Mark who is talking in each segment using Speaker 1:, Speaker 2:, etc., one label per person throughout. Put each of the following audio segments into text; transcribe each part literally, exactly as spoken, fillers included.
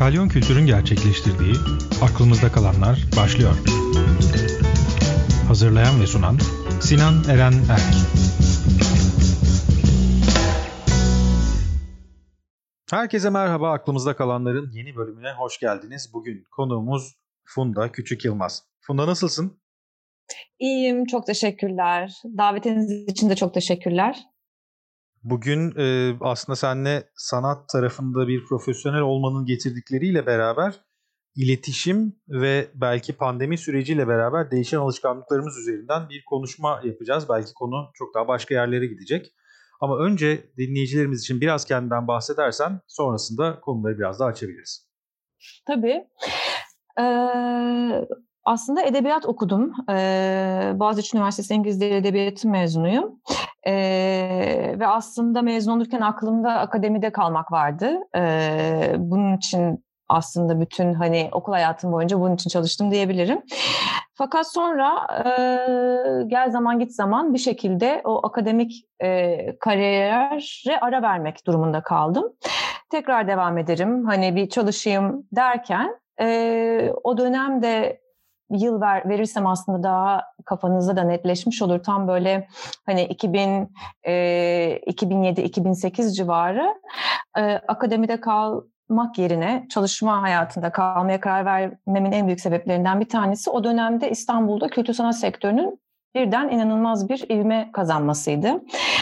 Speaker 1: Kalyon Kültür'ün gerçekleştirdiği Aklımızda Kalanlar başlıyor. Hazırlayan ve sunan Sinan Eren Erk. Herkese merhaba, Aklımızda Kalanlar'ın yeni bölümüne hoş geldiniz. Bugün konuğumuz Funda Küçük Yılmaz. Funda, nasılsın?
Speaker 2: İyiyim, çok teşekkürler. Davetiniz için de çok teşekkürler.
Speaker 1: Bugün e, aslında seninle sanat tarafında bir profesyonel olmanın getirdikleriyle beraber iletişim ve belki pandemi süreciyle beraber değişen alışkanlıklarımız üzerinden bir konuşma yapacağız. Belki konu çok daha başka yerlere gidecek. Ama önce dinleyicilerimiz için biraz kendinden bahsedersen sonrasında konuları biraz daha açabiliriz.
Speaker 2: Tabii. Ee, aslında edebiyat okudum. Ee, Boğaziçi Üniversitesi İngiliz Dili Edebiyatı mezunuyum. Ee, ve aslında mezun olurken aklımda akademide kalmak vardı. Ee, bunun için aslında bütün hani okul hayatım boyunca bunun için çalıştım diyebilirim. Fakat sonra e, gel zaman git zaman bir şekilde o akademik e, kariyere ara vermek durumunda kaldım. Tekrar devam ederim, hani bir çalışayım derken e, o dönemde yıl ver, verirsem aslında daha kafanızda da netleşmiş olur. Tam böyle hani iki bin, e, iki bin yedi iki bin sekiz civarı e, akademide kalmak yerine çalışma hayatında kalmaya karar vermemin en büyük sebeplerinden bir tanesi o dönemde İstanbul'da kültür sanat sektörünün birden inanılmaz bir ivme kazanmasıydı.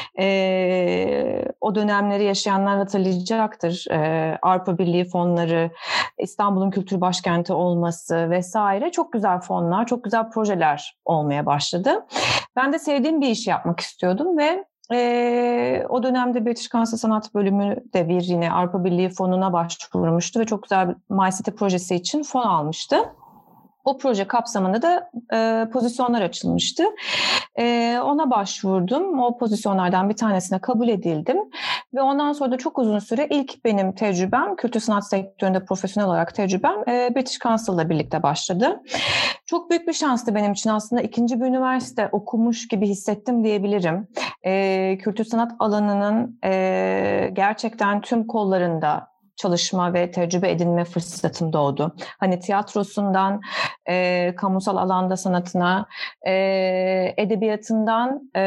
Speaker 2: Ee, o dönemleri yaşayanlar hatırlayacaktır. Ee, Avrupa Birliği fonları, İstanbul'un kültür başkenti olması vesaire, çok güzel fonlar, çok güzel projeler olmaya başladı. Ben de sevdiğim bir işi yapmak istiyordum ve Ee, o dönemde British Council Sanat Bölümü de bir yine Avrupa Birliği fonuna başvurmuştu ve çok güzel bir My City projesi için fon almıştı. O proje kapsamında da e, pozisyonlar açılmıştı. E, ona başvurdum. O pozisyonlardan bir tanesine kabul edildim. Ve ondan sonra da çok uzun süre ilk benim tecrübem, kültür sanat sektöründe profesyonel olarak tecrübem e, British Council'la birlikte başladı. Çok büyük bir şanstı benim için, aslında ikinci bir üniversite okumuş gibi hissettim diyebilirim. E, kültür sanat alanının e, gerçekten tüm kollarında çalışma ve tecrübe edinme fırsatım doğdu. Hani tiyatrosundan, e, kamusal alanda sanatına, e, edebiyatından, e,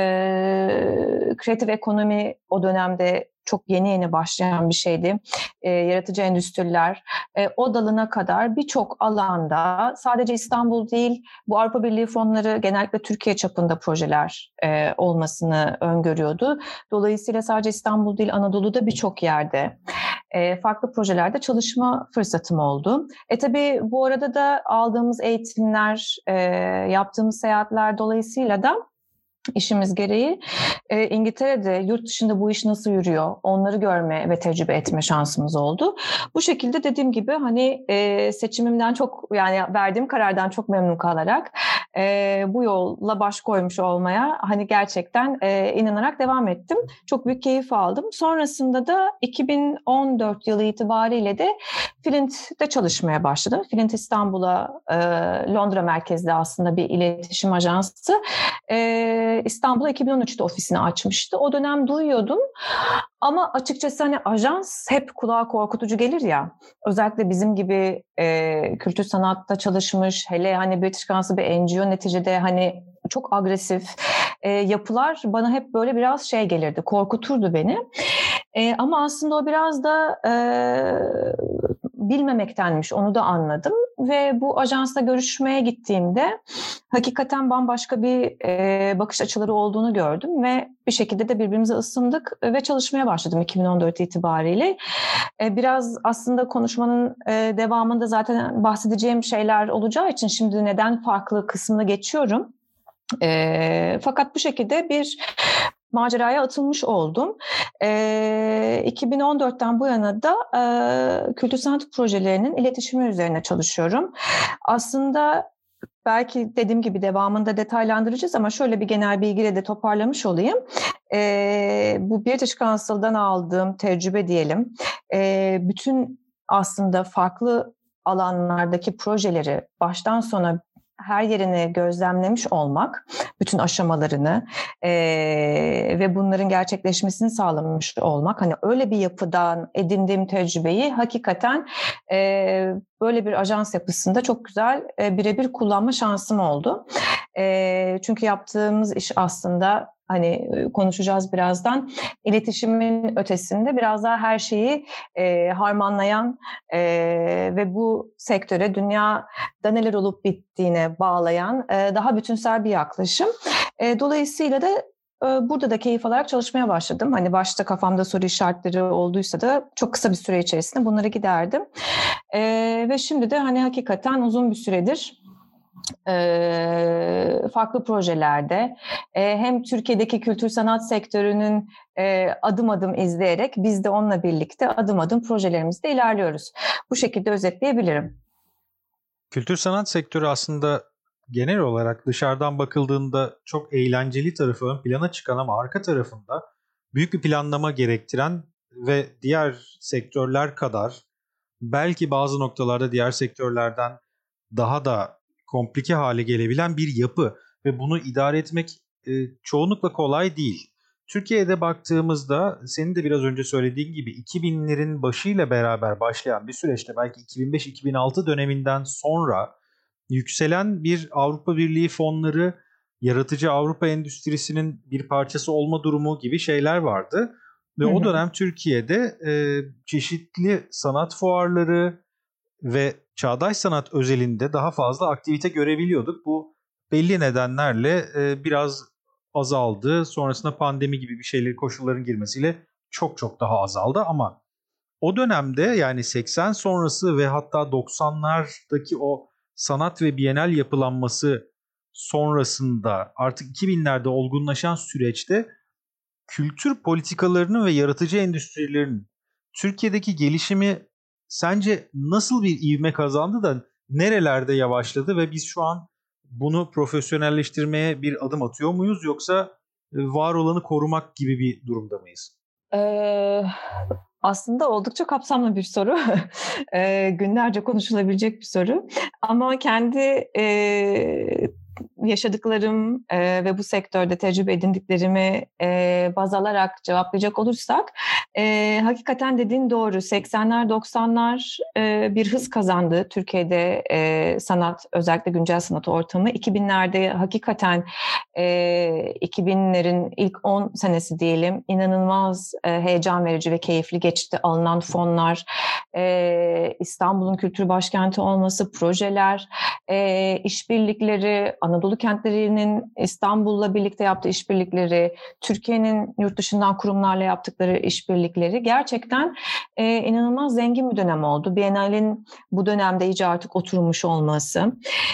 Speaker 2: kreatif ekonomi o dönemde çok yeni yeni başlayan bir şeydi. E, yaratıcı endüstriler, e, o dalına kadar birçok alanda, sadece İstanbul değil, bu Avrupa Birliği fonları genellikle Türkiye çapında projeler e, olmasını öngörüyordu. Dolayısıyla sadece İstanbul değil, Anadolu'da birçok yerde e, farklı projelerde çalışma fırsatım oldu. E tabii bu arada da aldığımız eğitimler, e, yaptığımız seyahatler dolayısıyla da İşimiz gereği e, İngiltere'de, yurt dışında bu iş nasıl yürüyor, onları görme ve tecrübe etme şansımız oldu. Bu şekilde dediğim gibi hani e, seçimimden çok, yani verdiğim karardan çok memnun kalarak e, bu yolla baş koymuş olmaya hani gerçekten e, inanarak devam ettim. Çok büyük keyif aldım. Sonrasında da iki bin on dört yılı itibariyle de Flint'te çalışmaya başladım. Flint İstanbul'a, e, Londra merkezli aslında bir iletişim ajansı. E, İstanbul'a iki bin on üçte ofisini açmıştı. O dönem duyuyordum ama açıkçası hani ajans hep kulağa korkutucu gelir ya. Özellikle bizim gibi e, kültür sanatta çalışmış, hele hani British Council bir N G O, neticede hani çok agresif e, yapılar bana hep böyle biraz şey gelirdi, korkuturdu beni. E, ama aslında o biraz da e, bilmemektenmiş, onu da anladım. Ve bu ajansla görüşmeye gittiğimde hakikaten bambaşka bir e, bakış açıları olduğunu gördüm ve bir şekilde de birbirimize ısındık ve çalışmaya başladım iki bin on dört itibariyle. E, biraz aslında konuşmanın e, devamında zaten bahsedeceğim şeyler olacağı için şimdi neden farklı kısmına geçiyorum. E, fakat bu şekilde bir maceraya atılmış oldum. E, iki bin on dörtten bu yana da e, kültür sanat projelerinin iletişimi üzerine çalışıyorum. Aslında belki dediğim gibi devamında detaylandıracağız ama şöyle bir genel bilgiyle de toparlamış olayım. E, bu British Council'dan aldığım tecrübe diyelim, e, bütün aslında farklı alanlardaki projeleri baştan sona her yerini gözlemlemiş olmak, bütün aşamalarını e, ve bunların gerçekleşmesini sağlamış olmak, hani öyle bir yapıdan edindiğim tecrübeyi hakikaten e, böyle bir ajans yapısında çok güzel e, birebir kullanma şansım oldu. E, çünkü yaptığımız iş aslında, hani konuşacağız birazdan, iletişimin ötesinde biraz daha her şeyi e, harmanlayan e, ve bu sektöre dünyada neler olup bittiğine bağlayan e, daha bütünsel bir yaklaşım. E, dolayısıyla da e, burada da keyif alarak çalışmaya başladım. Hani başta kafamda soru işaretleri olduysa da çok kısa bir süre içerisinde bunları giderdim. E, ve şimdi de hani hakikaten uzun bir süredir E, farklı projelerde e, hem Türkiye'deki kültür sanat sektörünün e, adım adım izleyerek biz de onunla birlikte adım adım projelerimizde ilerliyoruz. Bu şekilde özetleyebilirim.
Speaker 1: Kültür sanat sektörü aslında genel olarak dışarıdan bakıldığında çok eğlenceli tarafı ön plana çıkan ama arka tarafında büyük bir planlama gerektiren ve diğer sektörler kadar belki bazı noktalarda diğer sektörlerden daha da komplike hale gelebilen bir yapı ve bunu idare etmek e, çoğunlukla kolay değil. Türkiye'de baktığımızda senin de biraz önce söylediğin gibi iki binlerin başıyla beraber başlayan bir süreçte belki iki bin beş iki bin altı döneminden sonra yükselen bir Avrupa Birliği fonları, yaratıcı Avrupa endüstrisinin bir parçası olma durumu gibi şeyler vardı. Ve o dönem Türkiye'de e, çeşitli sanat fuarları ve çağdaş sanat özelinde daha fazla aktivite görebiliyorduk. Bu belli nedenlerle e, biraz azaldı. Sonrasında pandemi gibi bir şeyleri, koşulların girmesiyle çok çok daha azaldı ama o dönemde yani seksen sonrası ve hatta doksanlardaki o sanat ve bienal yapılanması sonrasında artık iki binlerde olgunlaşan süreçte kültür politikalarının ve yaratıcı endüstrilerin Türkiye'deki gelişimi sence nasıl bir ivme kazandı da nerelerde yavaşladı ve biz şu an bunu profesyonelleştirmeye bir adım atıyor muyuz yoksa var olanı korumak gibi bir durumda mıyız?
Speaker 2: Ee, aslında oldukça kapsamlı bir soru. ee, günlerce konuşulabilecek bir soru. Ama kendi e, yaşadıklarım e, ve bu sektörde tecrübe edindiklerimi e, baz alarak cevaplayacak olursak, e, hakikaten dediğin doğru. seksenler doksanlar e, bir hız kazandı Türkiye'de e, sanat, özellikle güncel sanat ortamı. iki binlerde hakikaten e, iki binlerin ilk on senesi diyelim, inanılmaz e, heyecan verici ve keyifli geçti. Alınan fonlar, e, İstanbul'un kültür başkenti olması, projeler, e, işbirlikleri, Anadolu kentlerinin İstanbul'la birlikte yaptığı işbirlikleri, Türkiye'nin yurt dışından kurumlarla yaptıkları işbirlikleri gerçekten e, inanılmaz zengin bir dönem oldu. Bienal'in bu dönemde iyice artık oturmuş olması.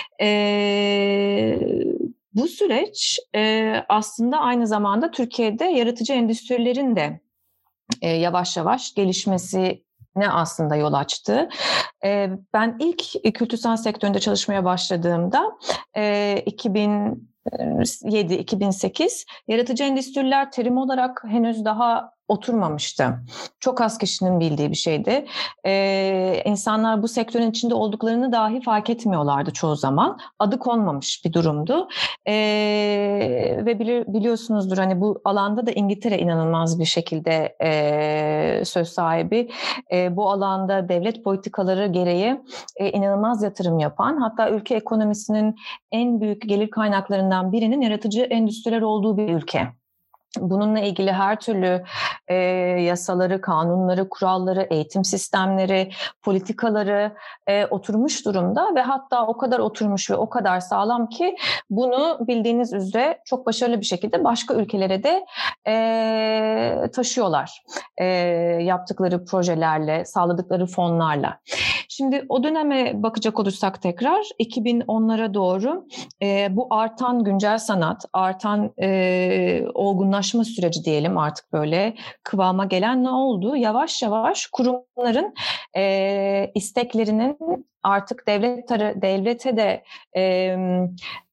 Speaker 2: E, bu süreç e, aslında aynı zamanda Türkiye'de yaratıcı endüstrilerin de e, yavaş yavaş gelişmesi ne aslında yol açtı. Ee, ben ilk kültür sanat sektöründe çalışmaya başladığımda e, iki bin yedi iki bin sekiz yaratıcı endüstriler terim olarak henüz daha oturmamıştı. Çok az kişinin bildiği bir şeydi. Ee, insanlar bu sektörün içinde olduklarını dahi fark etmiyorlardı çoğu zaman. Adı konmamış bir durumdu. Ee, ve bili, biliyorsunuzdur hani bu alanda da İngiltere inanılmaz bir şekilde e, söz sahibi. E, bu alanda devlet politikaları gereği e, inanılmaz yatırım yapan, hatta ülke ekonomisinin en büyük gelir kaynaklarından birinin yaratıcı endüstriler olduğu bir ülke. Bununla ilgili her türlü e, yasaları, kanunları, kuralları, eğitim sistemleri, politikaları e, oturmuş durumda ve hatta o kadar oturmuş ve o kadar sağlam ki bunu bildiğiniz üzere çok başarılı bir şekilde başka ülkelere de e, taşıyorlar. E, yaptıkları projelerle, sağladıkları fonlarla. Şimdi o döneme bakacak olursak tekrar iki bin onlara doğru e, bu artan güncel sanat, artan e, olgunlaşma süreci diyelim artık böyle kıvama gelen ne oldu? Yavaş yavaş kurumların e, isteklerinin artık devlet devlete de e,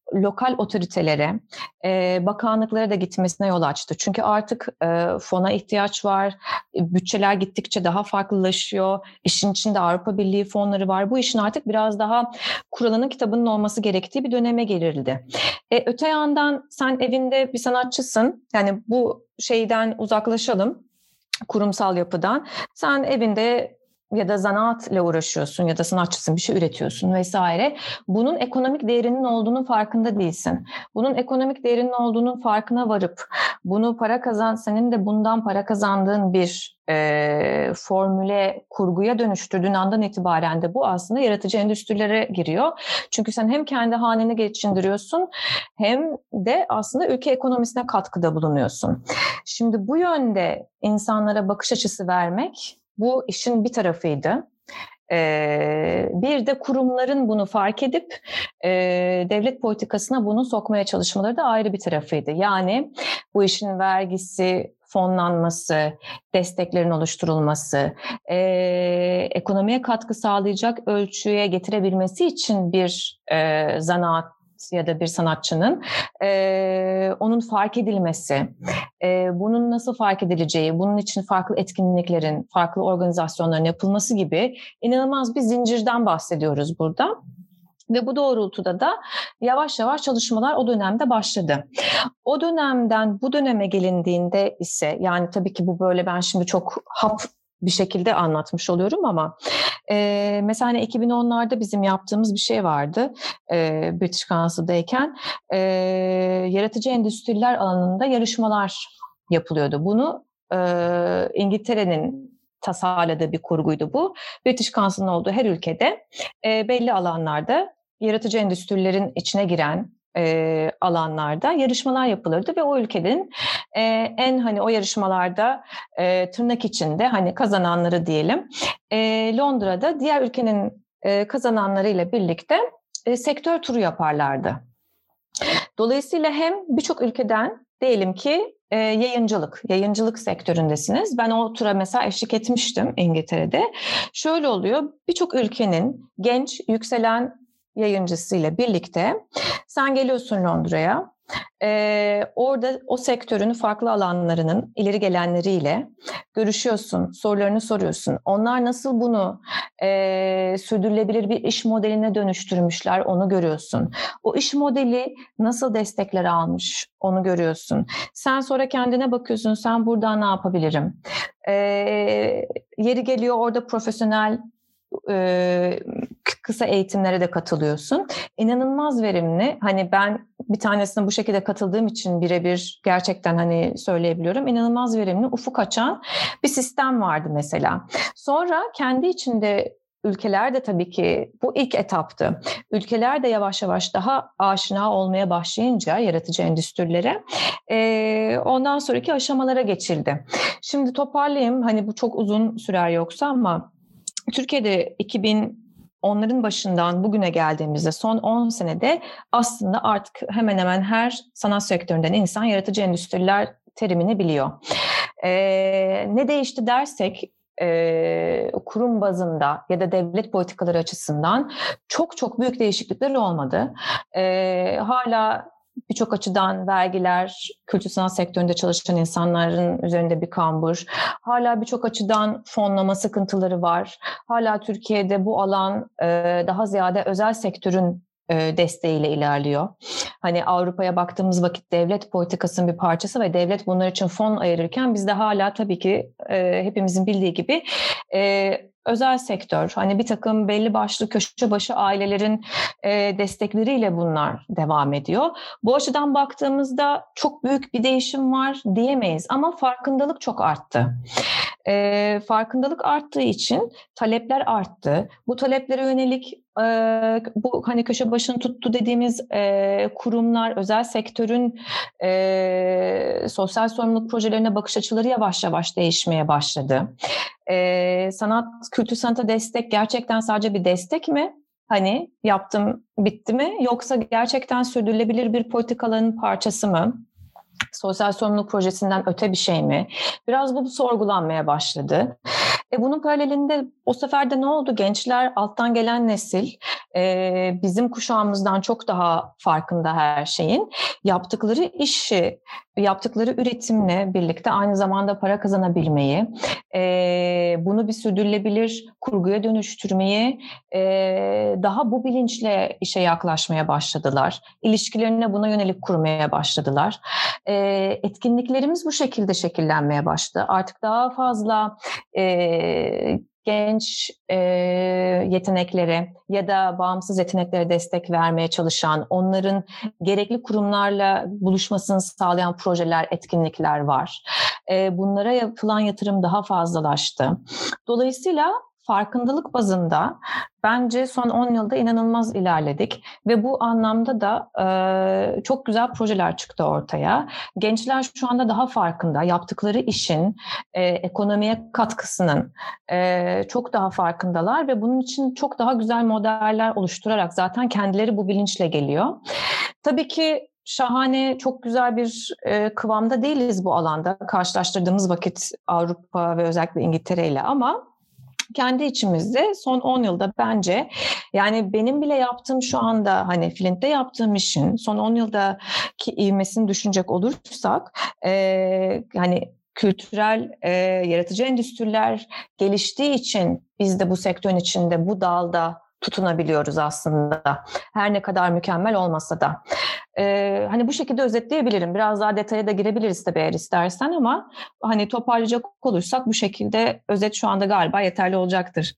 Speaker 2: lokal otoritelere, e, bakanlıklara da gitmesine yol açtı. Çünkü artık e, fona ihtiyaç var, bütçeler gittikçe daha farklılaşıyor, işin içinde Avrupa Birliği fonları var. Bu işin artık biraz daha kuralının kitabının olması gerektiği bir döneme gelirdi. E, öte yandan sen evinde bir sanatçısın, yani bu şeyden uzaklaşalım, kurumsal yapıdan. Sen evinde ya da zanaatla uğraşıyorsun ya da sanatçısın, bir şey üretiyorsun vesaire. Bunun ekonomik değerinin olduğunun farkında değilsin. Bunun ekonomik değerinin olduğunun farkına varıp bunu para kazan, senin de bundan para kazandığın bir e, formüle, kurguya dönüştürdüğün andan itibaren de bu aslında yaratıcı endüstrilere giriyor. Çünkü sen hem kendi haneni geçindiriyorsun hem de aslında ülke ekonomisine katkıda bulunuyorsun. Şimdi bu yönde insanlara bakış açısı vermek bu işin bir tarafıydı. Ee, bir de kurumların bunu fark edip e, devlet politikasına bunu sokmaya çalışmaları da ayrı bir tarafıydı. Yani bu işin vergisi, fonlanması, desteklerin oluşturulması, e, ekonomiye katkı sağlayacak ölçüye getirebilmesi için bir e, zanaat ya da bir sanatçının e, onun fark edilmesi, e, bunun nasıl fark edileceği, bunun için farklı etkinliklerin, farklı organizasyonların yapılması gibi inanılmaz bir zincirden bahsediyoruz burada. Ve bu doğrultuda da yavaş yavaş çalışmalar o dönemde başladı. O dönemden bu döneme gelindiğinde ise, yani tabii ki bu böyle ben şimdi çok hap bir şekilde anlatmış oluyorum ama e, mesela hani iki bin onlarda bizim yaptığımız bir şey vardı e, British Council'dayken e, yaratıcı endüstriler alanında yarışmalar yapılıyordu. Bunu e, İngiltere'nin tasarladığı bir kurguydu bu. British Council'ın olduğu her ülkede e, belli alanlarda yaratıcı endüstrilerin içine giren e, alanlarda yarışmalar yapılırdı ve o ülkenin e, en hani o yarışmalarda e, tırnak içinde hani kazananları diyelim e, Londra'da diğer ülkenin e, kazananlarıyla birlikte e, sektör turu yaparlardı. Dolayısıyla hem birçok ülkeden diyelim ki e, yayıncılık, yayıncılık sektöründesiniz. Ben o tura mesela eşlik etmiştim İngiltere'de. Şöyle oluyor, birçok ülkenin genç, yükselen yayıncısıyla birlikte sen geliyorsun Londra'ya. Ee, orada o sektörün farklı alanlarının ileri gelenleriyle görüşüyorsun, sorularını soruyorsun. Onlar nasıl bunu e, sürdürülebilir bir iş modeline dönüştürmüşler, onu görüyorsun. O iş modeli nasıl destekler almış, onu görüyorsun. Sen sonra kendine bakıyorsun, sen buradan ne yapabilirim? Ee, yeri geliyor orada profesyonel e, kısa eğitimlere de katılıyorsun. İnanılmaz verimli. Hani ben bir tanesine bu şekilde katıldığım için birebir gerçekten hani söyleyebiliyorum. İnanılmaz verimli, ufuk açan bir sistem vardı mesela. Sonra kendi içinde ülkeler de tabii ki bu ilk etaptı. Ülkeler de yavaş yavaş daha aşina olmaya başlayınca yaratıcı endüstrilere e, ondan sonraki aşamalara geçildi. Şimdi toparlayayım. Hani bu çok uzun sürer yoksa ama Türkiye'de iki bin onların başından bugüne geldiğimizde son on senede aslında artık hemen hemen her sanat sektöründen insan yaratıcı endüstriler terimini biliyor. Ee, ne değişti dersek e, kurum bazında ya da devlet politikaları açısından çok çok büyük değişiklikler olmadı. Ee, hala birçok açıdan vergiler, kültür sanat sektöründe çalışan insanların üzerinde bir kambur. Hala birçok açıdan fonlama sıkıntıları var. Hala Türkiye'de bu alan e, daha ziyade özel sektörün e, desteğiyle ilerliyor. Hani Avrupa'ya baktığımız vakit devlet politikasının bir parçası ve devlet bunlar için fon ayırırken bizde hala tabii ki e, hepimizin bildiği gibi e, özel sektör, hani bir takım belli başlı köşe başı ailelerin e, destekleriyle bunlar devam ediyor. Bu açıdan baktığımızda çok büyük bir değişim var diyemeyiz ama farkındalık çok arttı. E, farkındalık arttığı için talepler arttı. Bu taleplere yönelik e, bu hani köşe başını tuttu dediğimiz e, kurumlar, özel sektörün e, sosyal sorumluluk projelerine bakış açıları yavaş yavaş değişmeye başladı. Ee, sanat, kültür sanata destek gerçekten sadece bir destek mi? Hani yaptım bitti mi? Yoksa gerçekten sürdürülebilir bir politikaların parçası mı? Sosyal sorumluluk projesinden öte bir şey mi? Biraz bu sorgulanmaya başladı. E bunun paralelinde o sefer de ne oldu? Gençler, alttan gelen nesil e, bizim kuşağımızdan çok daha farkında her şeyin. Yaptıkları işi, yaptıkları üretimle birlikte aynı zamanda para kazanabilmeyi, e, bunu bir sürdürülebilir kurguya dönüştürmeyi, e, daha bu bilinçle işe yaklaşmaya başladılar. İlişkilerini buna yönelik kurmaya başladılar. E, etkinliklerimiz bu şekilde şekillenmeye başladı. Artık daha fazla e, genç e, yeteneklere ya da bağımsız yeteneklere destek vermeye çalışan, onların gerekli kurumlarla buluşmasını sağlayan projeler, etkinlikler var. E, bunlara yapılan yatırım daha fazlalaştı. Dolayısıyla farkındalık bazında bence son on yılda inanılmaz ilerledik ve bu anlamda da e, çok güzel projeler çıktı ortaya. Gençler şu anda daha farkında, yaptıkları işin e, ekonomiye katkısının e, çok daha farkındalar ve bunun için çok daha güzel modeller oluşturarak zaten kendileri bu bilinçle geliyor. Tabii ki şahane, çok güzel bir e, kıvamda değiliz bu alanda karşılaştırdığımız vakit Avrupa ve özellikle İngiltere ile, ama kendi içimizde son on yılda bence, yani benim bile yaptığım şu anda hani Flint'te yaptığım işin son on yıldaki ivmesini düşünecek olursak e, hani kültürel e, yaratıcı endüstriler geliştiği için biz de bu sektörün içinde bu dalda tutunabiliyoruz aslında. Her ne kadar mükemmel olmasa da. Ee, hani bu şekilde özetleyebilirim. Biraz daha detaya da girebiliriz tabii eğer istersen, ama hani toparlayacak olursak bu şekilde özet şu anda galiba yeterli olacaktır.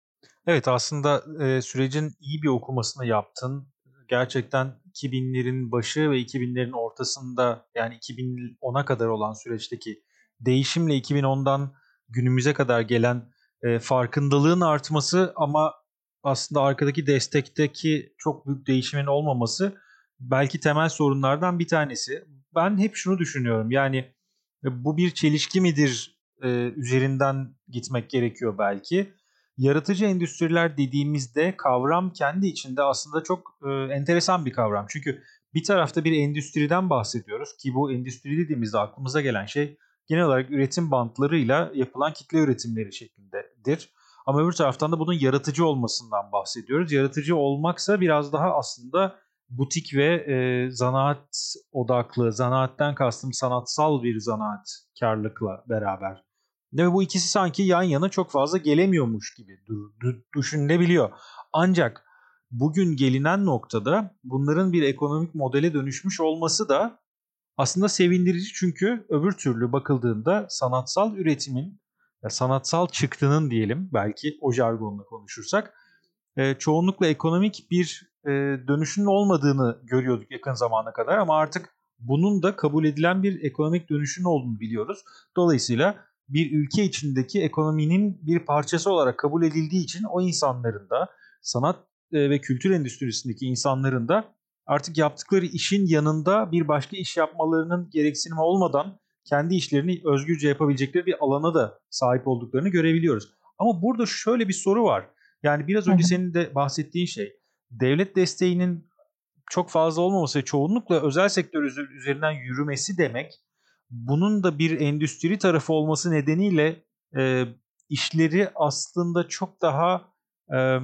Speaker 1: Evet, aslında e, sürecin iyi bir okumasını yaptın. Gerçekten iki binlerin başı ve iki binlerin ortasında, yani iki bin ona kadar olan süreçteki değişimle iki bin ondan günümüze kadar gelen e, farkındalığın artması ama aslında arkadaki destekteki çok büyük değişimin olmaması belki temel sorunlardan bir tanesi. Ben hep şunu düşünüyorum, yani e, bu bir çelişki midir e, üzerinden gitmek gerekiyor belki. Yaratıcı endüstriler dediğimizde kavram kendi içinde aslında çok e, enteresan bir kavram. Çünkü bir tarafta bir endüstriden bahsediyoruz ki bu endüstri dediğimizde aklımıza gelen şey genel olarak üretim bantlarıyla yapılan kitle üretimleri şeklindedir. Ama öbür taraftan da bunun yaratıcı olmasından bahsediyoruz. Yaratıcı olmaksa biraz daha aslında butik ve e, zanaat odaklı, zanaatten kastım sanatsal bir zanaatkarlıkla beraber. Ve bu ikisi sanki yan yana çok fazla gelemiyormuş gibi düşünülebiliyor. Ancak bugün gelinen noktada bunların bir ekonomik modele dönüşmüş olması da aslında sevindirici, çünkü öbür türlü bakıldığında sanatsal üretimin, ya sanatsal çıktının diyelim belki o jargonla konuşursak, e, çoğunlukla ekonomik bir e, dönüşün olmadığını görüyorduk yakın zamana kadar, ama artık bunun da kabul edilen bir ekonomik dönüşün olduğunu biliyoruz. Dolayısıyla bir ülke içindeki ekonominin bir parçası olarak kabul edildiği için o insanların da, sanat e, ve kültür endüstrisindeki insanların da artık yaptıkları işin yanında bir başka iş yapmalarının gereksinimi olmadan kendi işlerini özgürce yapabilecekleri bir alana da sahip olduklarını görebiliyoruz. Ama burada şöyle bir soru var. Yani biraz önce senin de bahsettiğin şey, devlet desteğinin çok fazla olmaması ve çoğunlukla özel sektör üzerinden yürümesi demek, bunun da bir endüstri tarafı olması nedeniyle e, işleri aslında çok daha e,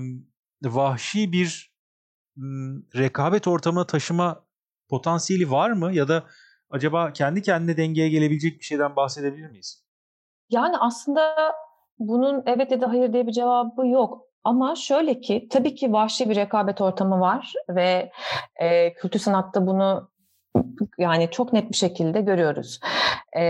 Speaker 1: vahşi bir m, rekabet ortamına taşıma potansiyeli var mı? Ya da acaba kendi kendine dengeye gelebilecek bir şeyden bahsedebilir miyiz?
Speaker 2: Yani aslında bunun evet ya da hayır diye bir cevabı yok. Ama şöyle ki, tabii ki vahşi bir rekabet ortamı var ve e, kültür sanatta bunu yani çok net bir şekilde görüyoruz. E,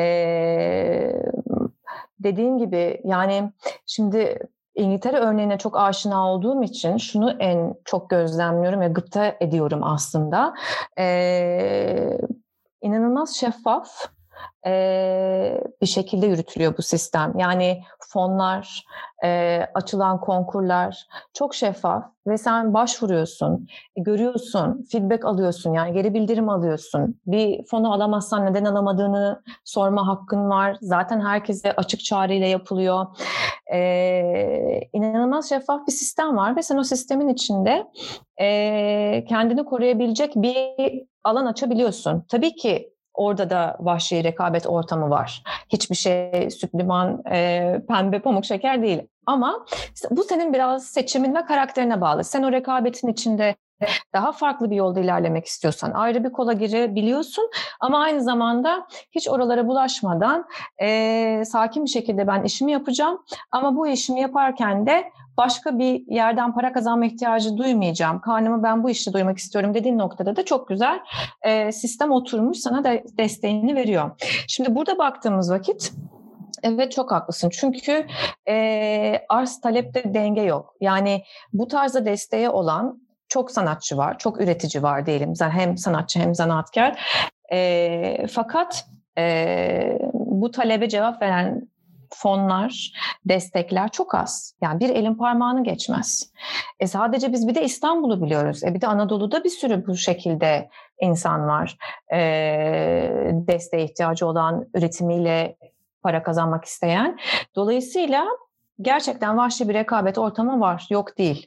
Speaker 2: dediğim gibi yani şimdi İngiltere örneğine çok aşina olduğum için şunu en çok gözlemliyorum ve gıpta ediyorum aslında. E, inanılmaz şeffaf Ee, bir şekilde yürütülüyor bu sistem. Yani fonlar, e, açılan konkurlar çok şeffaf ve sen başvuruyorsun, görüyorsun, feedback alıyorsun, yani geri bildirim alıyorsun. Bir fonu alamazsan neden alamadığını sorma hakkın var. Zaten herkese açık çağrıyla yapılıyor. Ee, inanılmaz şeffaf bir sistem var ve sen o sistemin içinde e, kendini koruyabilecek bir alan açabiliyorsun. Tabii ki orada da vahşi rekabet ortamı var. Hiçbir şey süt, liman, e, pembe, pamuk şeker değil. Ama bu senin biraz seçimin ve karakterine bağlı. Sen o rekabetin içinde daha farklı bir yolda ilerlemek istiyorsan ayrı bir kola girebiliyorsun ama aynı zamanda hiç oralara bulaşmadan e, sakin bir şekilde ben işimi yapacağım ama bu işimi yaparken de başka bir yerden para kazanma ihtiyacı duymayacağım. Karnımı ben bu işte doyurmak istiyorum dediğin noktada da çok güzel e, sistem oturmuş, sana da desteğini veriyor. Şimdi burada baktığımız vakit evet, çok haklısın. Çünkü e, arz talepte denge yok. Yani bu tarzda desteği olan çok sanatçı var, çok üretici var diyelim. Hem sanatçı hem zanaatkar. E, fakat e, bu talebe cevap veren fonlar, destekler çok az. Yani bir elin parmağını geçmez. E sadece biz bir de İstanbul'u biliyoruz. E bir de Anadolu'da bir sürü bu şekilde insan var. E, desteğe ihtiyacı olan, üretimiyle para kazanmak isteyen. Dolayısıyla gerçekten vahşi bir rekabet ortamı var. Yok değil.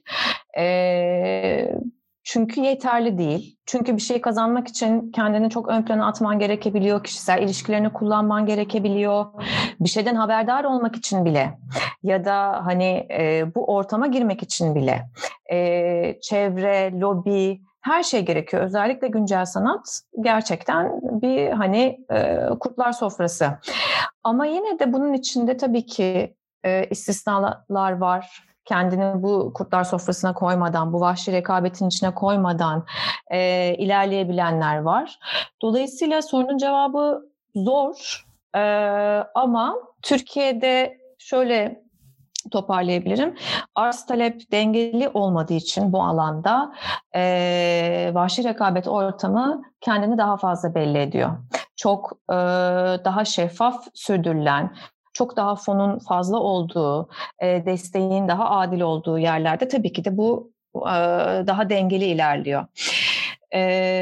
Speaker 2: Ee, çünkü yeterli değil. Çünkü bir şey kazanmak için kendini çok ön plana atman gerekebiliyor. Kişisel ilişkilerini kullanman gerekebiliyor. Bir şeyden haberdar olmak için bile ya da hani e, bu ortama girmek için bile e, çevre, lobi, her şey gerekiyor. Özellikle güncel sanat gerçekten bir hani e, kurtlar sofrası. Ama yine de bunun içinde tabii ki e, istisnalar var. Kendini bu kurtlar sofrasına koymadan, bu vahşi rekabetin içine koymadan e, ilerleyebilenler var. Dolayısıyla sorunun cevabı zor. E, ama Türkiye'de şöyle toparlayabilirim. Arz talep dengeli olmadığı için bu alanda e, vahşi rekabet ortamı kendini daha fazla belli ediyor. Çok e, daha şeffaf sürdürülen, çok daha fonun fazla olduğu, e, desteğin daha adil olduğu yerlerde tabii ki de bu e, daha dengeli ilerliyor. E,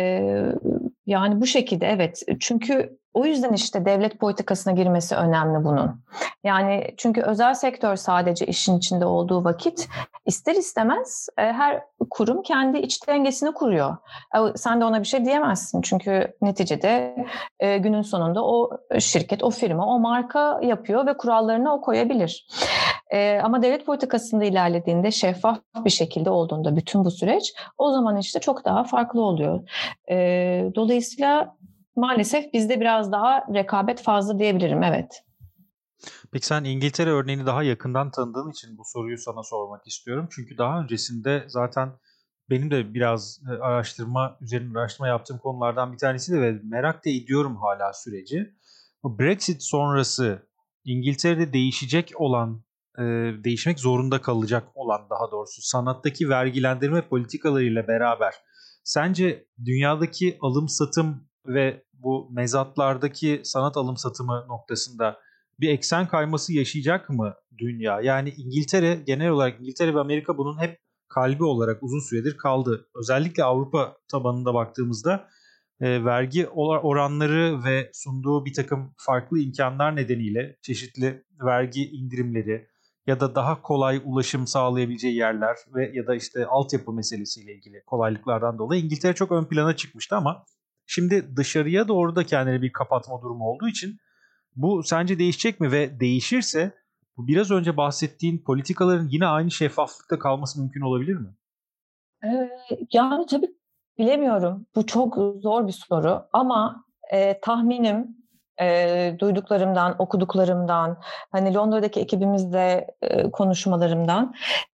Speaker 2: yani bu şekilde evet. Çünkü o yüzden işte devlet politikasına girmesi önemli bunun. Yani çünkü özel sektör sadece işin içinde olduğu vakit ister istemez e, her kurum kendi iç dengesini kuruyor. E, sen de ona bir şey diyemezsin. Çünkü neticede e, günün sonunda o şirket, o firma, o marka yapıyor ve kurallarını o koyabilir. E, ama devlet politikasında ilerlediğinde, şeffaf bir şekilde olduğunda bütün bu süreç, o zaman işte çok daha farklı oluyor. E, dolayısıyla maalesef bizde biraz daha rekabet fazla diyebilirim, evet.
Speaker 1: Peki sen İngiltere örneğini daha yakından tanıdığın için bu soruyu sana sormak istiyorum. Çünkü daha öncesinde zaten benim de biraz araştırma üzerine araştırma yaptığım konulardan bir tanesiydi ve merak da ediyorum hala süreci. Bu Brexit sonrası İngiltere'de değişecek olan, e, değişmek zorunda kalacak olan daha doğrusu sanattaki vergilendirme politikalarıyla beraber sence dünyadaki alım satım ve bu mezatlardaki sanat alım satımı noktasında bir eksen kayması yaşayacak mı dünya? Yani İngiltere, genel olarak İngiltere ve Amerika bunun hep kalbi olarak uzun süredir kaldı. Özellikle Avrupa tabanında baktığımızda e, vergi oranları ve sunduğu bir takım farklı imkanlar nedeniyle çeşitli vergi indirimleri ya da daha kolay ulaşım sağlayabileceği yerler ve ya da işte altyapı meselesiyle ilgili kolaylıklardan dolayı İngiltere çok ön plana çıkmıştı ama şimdi dışarıya doğru da kendini bir kapatma durumu olduğu için bu sence değişecek mi ve değişirse bu biraz önce bahsettiğin politikaların yine aynı şeffaflıkta kalması mümkün olabilir mi?
Speaker 2: Ee, yani tabii bilemiyorum. Bu çok zor bir soru ama e, tahminim e, duyduklarımdan, okuduklarımdan, hani Londra'daki ekibimizle e, konuşmalarımdan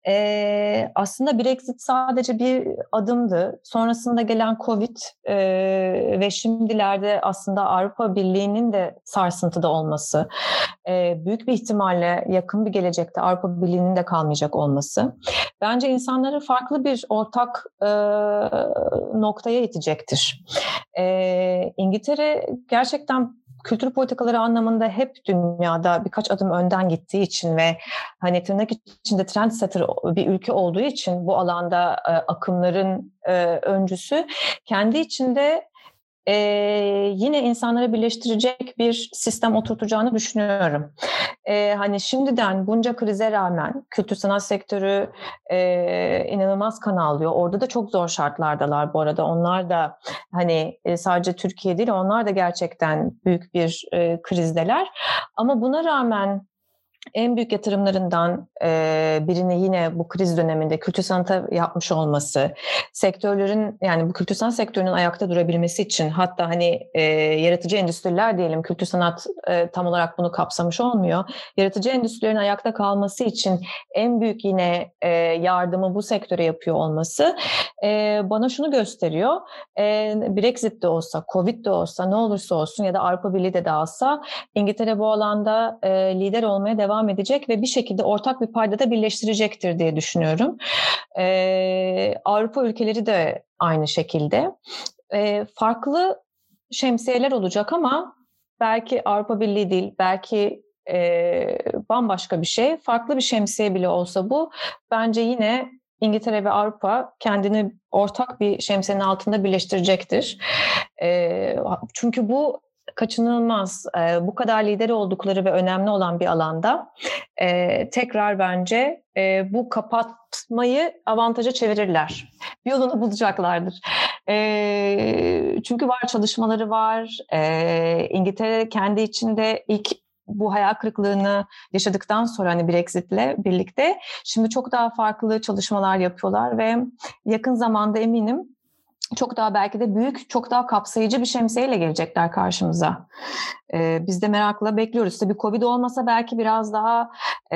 Speaker 2: e, aslında Brexit sadece bir adımdı. Sonrasında gelen Covid e, ve şimdilerde aslında Avrupa Birliği'nin de sarsıntıda olması, e, büyük bir ihtimalle yakın bir gelecekte Avrupa Birliği'nin de kalmayacak olması bence insanları farklı bir ortak e, noktaya itecektir. E, İngiltere gerçekten kültür politikaları anlamında hep dünyada birkaç adım önden gittiği için ve hani tırnak içinde trendsetter bir ülke olduğu için bu alanda e, akımların e, öncüsü, kendi içinde Ee, yine insanları birleştirecek bir sistem oturtacağını düşünüyorum. Ee, hani şimdiden bunca krize rağmen kültür sanat sektörü e, inanılmaz kan alıyor. Orada da çok zor şartlardalar bu arada. Onlar da hani e, sadece Türkiye değil, onlar da gerçekten büyük bir e, krizdeler. Ama buna rağmen en büyük yatırımlarından e, birini yine bu kriz döneminde kültür sanatı yapmış olması, sektörlerin yani bu kültür sanat sektörünün ayakta durabilmesi için hatta hani e, yaratıcı endüstriler diyelim kültür sanat e, tam olarak bunu kapsamış olmuyor. Yaratıcı endüstrilerin ayakta kalması için en büyük yine e, yardımı bu sektöre yapıyor olması e, bana şunu gösteriyor. E, Brexit de olsa, Covid de olsa, ne olursa olsun ya da Avrupa Birliği de dağılsa İngiltere bu alanda e, lider olmaya devam edecek ve bir şekilde ortak bir paydada birleştirecektir diye düşünüyorum. E, Avrupa ülkeleri de aynı şekilde. E, farklı şemsiyeler olacak ama belki Avrupa Birliği değil, belki e, bambaşka bir şey. Farklı bir şemsiye bile olsa bu bence yine İngiltere ve Avrupa kendini ortak bir şemsiyenin altında birleştirecektir. E, çünkü bu kaçınılmaz. E, bu kadar lider oldukları ve önemli olan bir alanda e, tekrar bence e, bu kapatmayı avantaja çevirirler. Bir yolunu bulacaklardır. E, çünkü var çalışmaları var. E, İngiltere kendi içinde ilk bu hayal kırıklığını yaşadıktan sonra hani Brexit'le birlikte şimdi çok daha farklı çalışmalar yapıyorlar ve yakın zamanda eminim çok daha belki de büyük, çok daha kapsayıcı bir şemsiyeyle gelecekler karşımıza. Ee, biz de merakla bekliyoruz. Tabii Covid olmasa belki biraz daha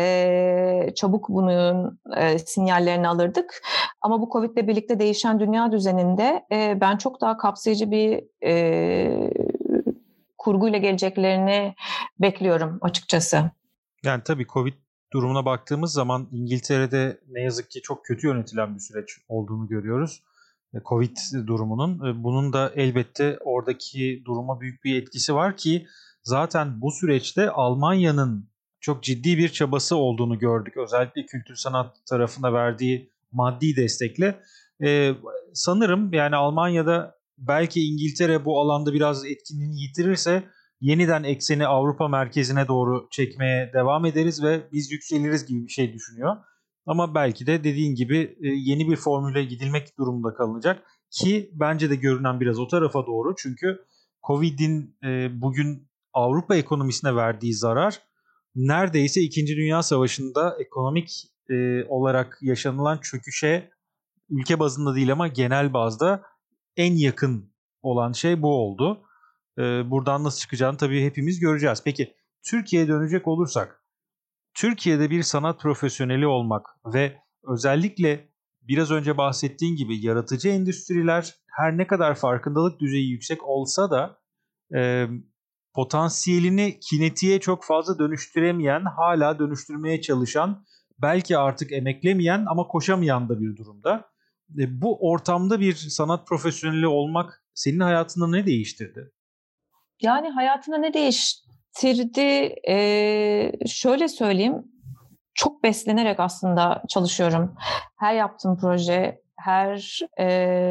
Speaker 2: e, çabuk bunun e, sinyallerini alırdık. Ama bu Covid'le birlikte değişen dünya düzeninde e, ben çok daha kapsayıcı bir e, kurguyla geleceklerini bekliyorum açıkçası.
Speaker 1: Yani tabii Covid durumuna baktığımız zaman İngiltere'de ne yazık ki çok kötü yönetilen bir süreç olduğunu görüyoruz. Covid durumunun. Bunun da elbette oradaki duruma büyük bir etkisi var ki zaten bu süreçte Almanya'nın çok ciddi bir çabası olduğunu gördük. Özellikle kültür sanat tarafına verdiği maddi destekle. Ee, sanırım yani Almanya'da belki İngiltere bu alanda biraz etkinliğini yitirirse yeniden ekseni Avrupa merkezine doğru çekmeye devam ederiz ve biz yükseliriz gibi bir şey düşünüyor. Ama belki de dediğin gibi yeni bir formüle gidilmek durumunda kalınacak ki bence de görünen biraz o tarafa doğru. Çünkü Covid'in bugün Avrupa ekonomisine verdiği zarar neredeyse İkinci Dünya Savaşı'nda ekonomik olarak yaşanılan çöküşe ülke bazında değil ama genel bazda en yakın olan şey bu oldu. Buradan nasıl çıkacağını tabii hepimiz göreceğiz. Peki Türkiye'ye dönecek olursak, Türkiye'de bir sanat profesyoneli olmak ve özellikle biraz önce bahsettiğin gibi yaratıcı endüstriler her ne kadar farkındalık düzeyi yüksek olsa da e, potansiyelini kinetiğe çok fazla dönüştüremeyen, hala dönüştürmeye çalışan, belki artık emeklemeyen ama koşamayan da bir durumda. E, bu ortamda bir sanat profesyoneli olmak senin hayatında ne değiştirdi?
Speaker 2: Yani hayatında ne değiştirdi? Ee, şöyle söyleyeyim, çok beslenerek aslında çalışıyorum. Her yaptığım proje, her e,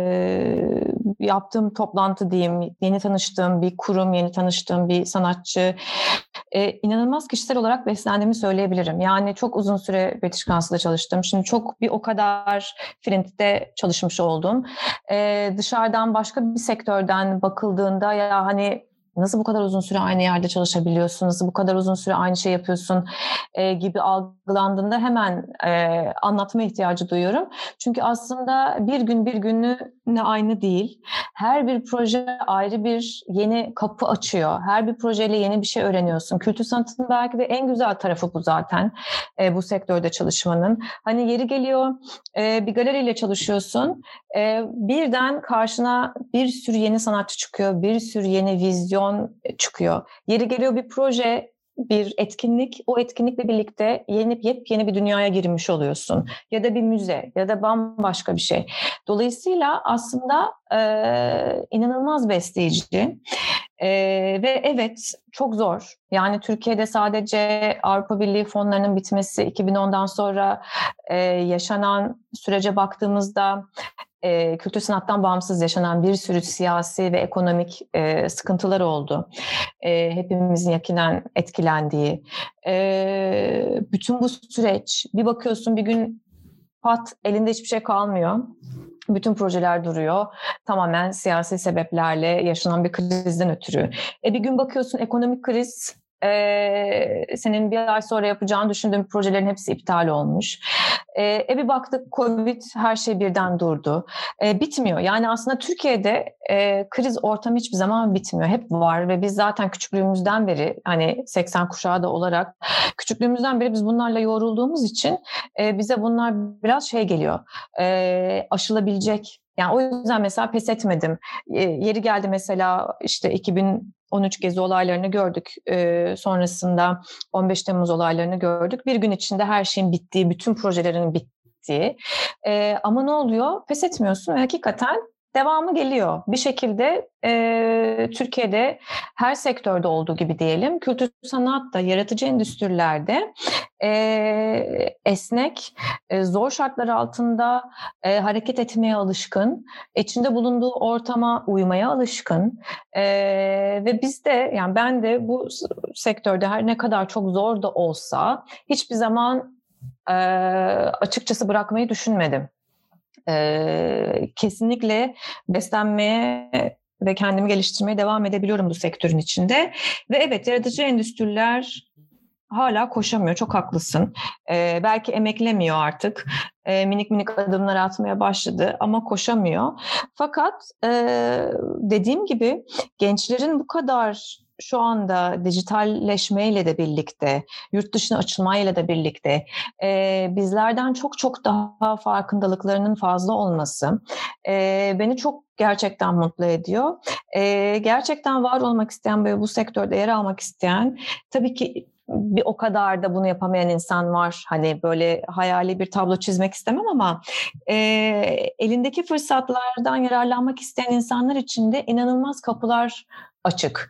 Speaker 2: yaptığım toplantı diyeyim, yeni tanıştığım bir kurum, yeni tanıştığım bir sanatçı, e, inanılmaz kişisel olarak beslendiğimi söyleyebilirim. Yani çok uzun süre British Council'da çalıştım. Şimdi çok bir o kadar Flint'te çalışmış oldum. E, dışarıdan başka bir sektörden bakıldığında ya hani nasıl bu kadar uzun süre aynı yerde çalışabiliyorsun, nasıl bu kadar uzun süre aynı şey yapıyorsun e, gibi algılandığında hemen e, anlatma ihtiyacı duyuyorum. Çünkü aslında bir gün bir gününe aynı değil. Her bir proje ayrı bir yeni kapı açıyor. Her bir projeyle yeni bir şey öğreniyorsun. Kültür sanatının belki de en güzel tarafı bu zaten. E, bu sektörde çalışmanın. Hani yeri geliyor e, bir galeriyle çalışıyorsun. E, birden karşına bir sürü yeni sanatçı çıkıyor. Bir sürü yeni vizyon çıkıyor. Yeri geliyor bir proje, bir etkinlik, o etkinlikle birlikte yeni yepyeni bir dünyaya girmiş oluyorsun. Ya da bir müze ya da bambaşka bir şey. Dolayısıyla aslında e, inanılmaz besleyici. E, ve evet çok zor. Yani Türkiye'de sadece Avrupa Birliği fonlarının bitmesi iki bin ondan sonra e, yaşanan sürece baktığımızda E, kültür sanattan bağımsız yaşanan bir sürü siyasi ve ekonomik e, sıkıntılar oldu. E, hepimizin yakinen etkilendiği. E, bütün bu süreç, bir bakıyorsun bir gün pat elinde hiçbir şey kalmıyor. Bütün projeler duruyor. Tamamen siyasi sebeplerle yaşanan bir krizden ötürü. E, bir gün bakıyorsun ekonomik kriz E, senin bir ay sonra yapacağını düşündüğün projelerin hepsi iptal olmuş. E, e bir baktık Covid, her şey birden durdu. E, bitmiyor. Yani aslında Türkiye'de e, kriz ortamı hiçbir zaman bitmiyor. Hep var ve biz zaten küçüklüğümüzden beri, hani seksen kuşağı da olarak küçüklüğümüzden beri biz bunlarla yoğrulduğumuz için e, bize bunlar biraz şey geliyor. E, aşılabilecek. Yani o yüzden mesela pes etmedim. E, yeri geldi mesela işte iki bin on üç Gezi olaylarını gördük. E, sonrasında on beş Temmuz olaylarını gördük. Bir gün içinde her şeyin bittiği, bütün projelerin bittiği. E, ama ne oluyor? Pes etmiyorsun ve hakikaten devamı geliyor. Bir şekilde e, Türkiye'de her sektörde olduğu gibi diyelim, kültür sanatta, yaratıcı endüstrilerde e, esnek, e, zor şartlar altında e, hareket etmeye alışkın, içinde bulunduğu ortama uymaya alışkın e, ve biz de, yani ben de bu sektörde her ne kadar çok zor da olsa hiçbir zaman e, açıkçası bırakmayı düşünmedim. Ee, kesinlikle beslenmeye ve kendimi geliştirmeye devam edebiliyorum bu sektörün içinde. Ve evet, yaratıcı endüstriler hala koşamıyor. Çok haklısın. Ee, belki emeklemiyor artık. Ee, minik minik adımlar atmaya başladı ama koşamıyor. Fakat e, dediğim gibi gençlerin bu kadar şu anda dijitalleşmeyle de birlikte, yurt dışına açılmayla da birlikte e, bizlerden çok çok daha farkındalıklarının fazla olması e, beni çok gerçekten mutlu ediyor. E, gerçekten var olmak isteyen ve bu sektörde yer almak isteyen, tabii ki bir o kadar da bunu yapamayan insan var. Hani böyle hayali bir tablo çizmek istemem ama e, elindeki fırsatlardan yararlanmak isteyen insanlar için de inanılmaz kapılar açık.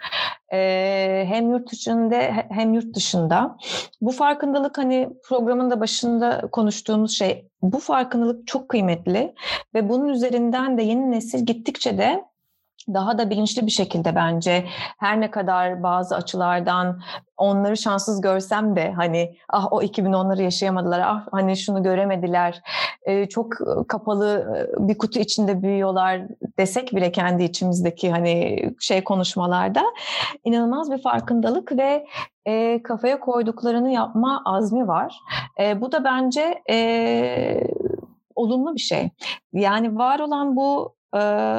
Speaker 2: Ee, hem yurt içinde hem yurt dışında. Bu farkındalık, hani programın da başında konuştuğumuz şey, bu farkındalık çok kıymetli ve bunun üzerinden de yeni nesil gittikçe de daha da bilinçli bir şekilde, bence her ne kadar bazı açılardan onları şanssız görsem de, hani ah o iki bin onları yaşayamadılar, ah hani şunu göremediler, ee, çok kapalı bir kutu içinde büyüyorlar desek bile kendi içimizdeki hani şey konuşmalarda, inanılmaz bir farkındalık ve e, kafaya koyduklarını yapma azmi var. E, bu da bence e, olumlu bir şey. Yani var olan bu e,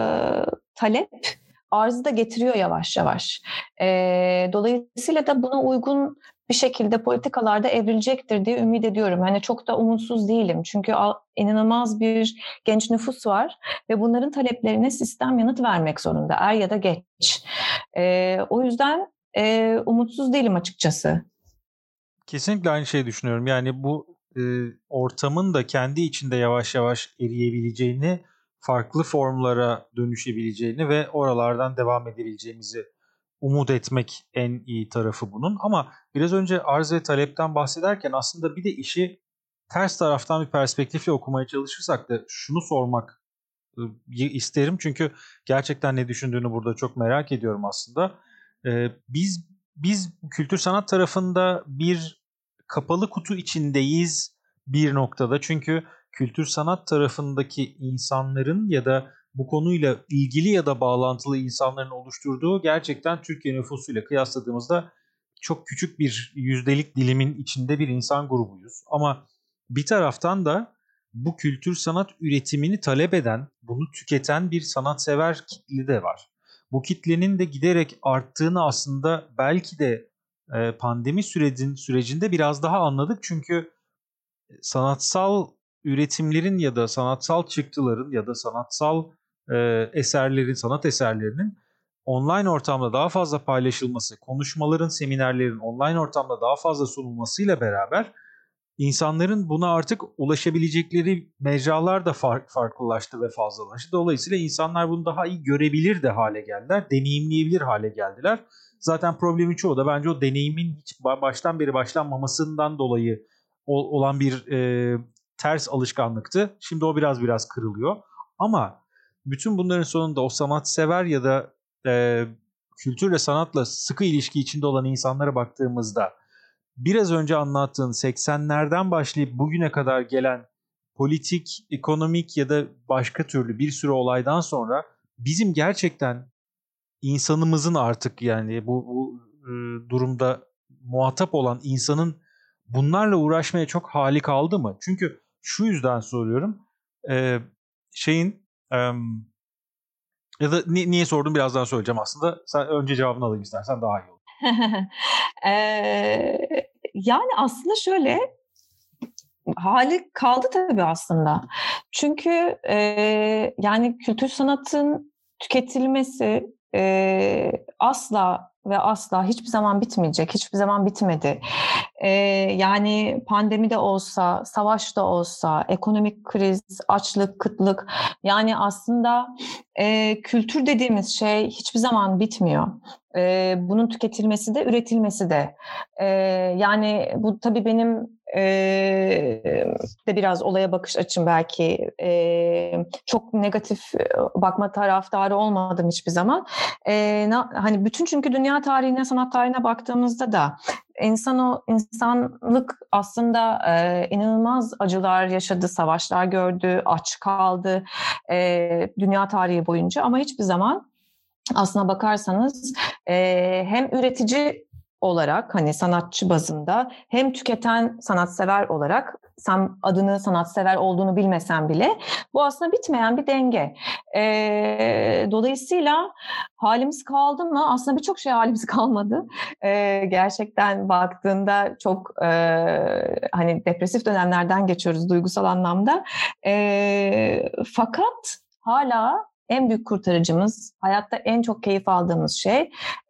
Speaker 2: talep arzı da getiriyor yavaş yavaş. E, dolayısıyla da buna uygun bir şekilde politikalarda evrilecektir diye ümit ediyorum. Hani çok da umutsuz değilim. Çünkü inanılmaz bir genç nüfus var ve bunların taleplerine sistem yanıt vermek zorunda, er ya da geç. E, o yüzden e, umutsuz değilim açıkçası.
Speaker 1: Kesinlikle aynı şeyi düşünüyorum. Yani bu e, ortamın da kendi içinde yavaş yavaş eriyebileceğini, farklı formlara dönüşebileceğini ve oralardan devam edebileceğimizi umut etmek en iyi tarafı bunun. Ama biraz önce arz ve talepten bahsederken aslında bir de işi ters taraftan bir perspektifle okumaya çalışırsak da şunu sormak e, isterim. Çünkü gerçekten ne düşündüğünü burada çok merak ediyorum aslında. E, biz biz kültür sanat tarafında bir kapalı kutu içindeyiz bir noktada. Çünkü kültür sanat tarafındaki insanların ya da bu konuyla ilgili ya da bağlantılı insanların oluşturduğu, gerçekten Türkiye nüfusuyla kıyasladığımızda çok küçük bir yüzdelik dilimin içinde bir insan grubuyuz. Ama bir taraftan da bu kültür sanat üretimini talep eden, bunu tüketen bir sanatsever kitle de var. Bu kitlenin de giderek arttığını aslında belki de e, pandemi sürecin sürecinde biraz daha anladık. Çünkü sanatsal üretimlerin ya da sanatsal çıktıların ya da sanatsal e, eserlerin, sanat eserlerinin online ortamda daha fazla paylaşılması, konuşmaların, seminerlerin online ortamda daha fazla sunulmasıyla beraber İnsanların buna artık ulaşabilecekleri mecralar da fark, farklılaştı ve fazlalaştı. Dolayısıyla insanlar bunu daha iyi görebilir de hale geldiler, deneyimleyebilir hale geldiler. Zaten problemin çoğu da bence o deneyimin hiç baştan beri başlanmamasından dolayı olan bir e, ters alışkanlıktı. Şimdi o biraz biraz kırılıyor. Ama bütün bunların sonunda o sanatsever ya da e, kültürle, sanatla sıkı ilişki içinde olan insanlara baktığımızda, biraz önce anlattığın seksenlerden başlayıp bugüne kadar gelen politik, ekonomik ya da başka türlü bir sürü olaydan sonra bizim gerçekten insanımızın artık, yani bu, bu e, durumda muhatap olan insanın bunlarla uğraşmaya çok hali kaldı mı? Çünkü şu yüzden soruyorum. E, şeyin e, ya da ni- niye sordum birazdan söyleyeceğim aslında. Sen önce cevabını alayım istersen daha iyi olur.
Speaker 2: Eee, yani aslında şöyle, hali kaldı tabii aslında. Çünkü eee, yani kültür sanatın tüketilmesi eee, asla ve asla hiçbir zaman bitmeyecek, hiçbir zaman bitmedi. Eee, yani pandemi de olsa, savaş da olsa, ekonomik kriz, açlık, kıtlık, yani aslında eee, kültür dediğimiz şey hiçbir zaman bitmiyor. Eee, bunun tüketilmesi de, üretilmesi de. Eee, yani bu tabii benim eee, de biraz olaya bakış açım belki. Eee, çok negatif bakma taraftarı olmadım hiçbir zaman. Eee, na, hani bütün çünkü dünya tarihine, sanat tarihine baktığımızda da insan o insanlık aslında e, inanılmaz acılar yaşadı, savaşlar gördü, aç kaldı e, dünya tarihi boyunca ama hiçbir zaman aslına bakarsanız e, hem üretici olarak hani sanatçı bazında hem tüketen sanatsever olarak sen adını sanatsever olduğunu bilmesen bile bu aslında bitmeyen bir denge. E, dolayısıyla halimiz kaldı mı? Aslında birçok şey halimiz kalmadı. E, gerçekten baktığında çok e, hani depresif dönemlerden geçiyoruz duygusal anlamda. E, fakat hala en büyük kurtarıcımız, hayatta en çok keyif aldığımız şey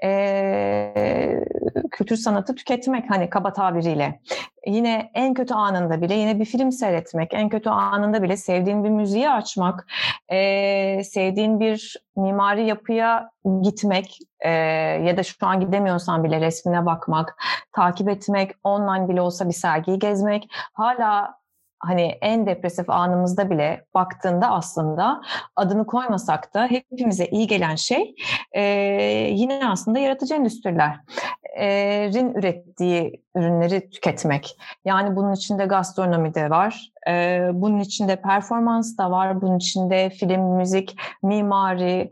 Speaker 2: e, kültür sanatı tüketmek hani kaba tabiriyle. Yine en kötü anında bile yine bir film seyretmek, en kötü anında bile sevdiğin bir müziği açmak, e, sevdiğin bir mimari yapıya gitmek e, ya da şu an gidemiyorsan bile resmine bakmak, takip etmek, online bile olsa bir sergiyi gezmek, hala hani en depresif anımızda bile baktığında aslında adını koymasak da hepimize iyi gelen şey e, yine aslında yaratıcı endüstrilerin ürettiği ürünleri tüketmek. Yani bunun içinde gastronomi de var, e, bunun içinde performans da var, bunun içinde film, müzik, mimari,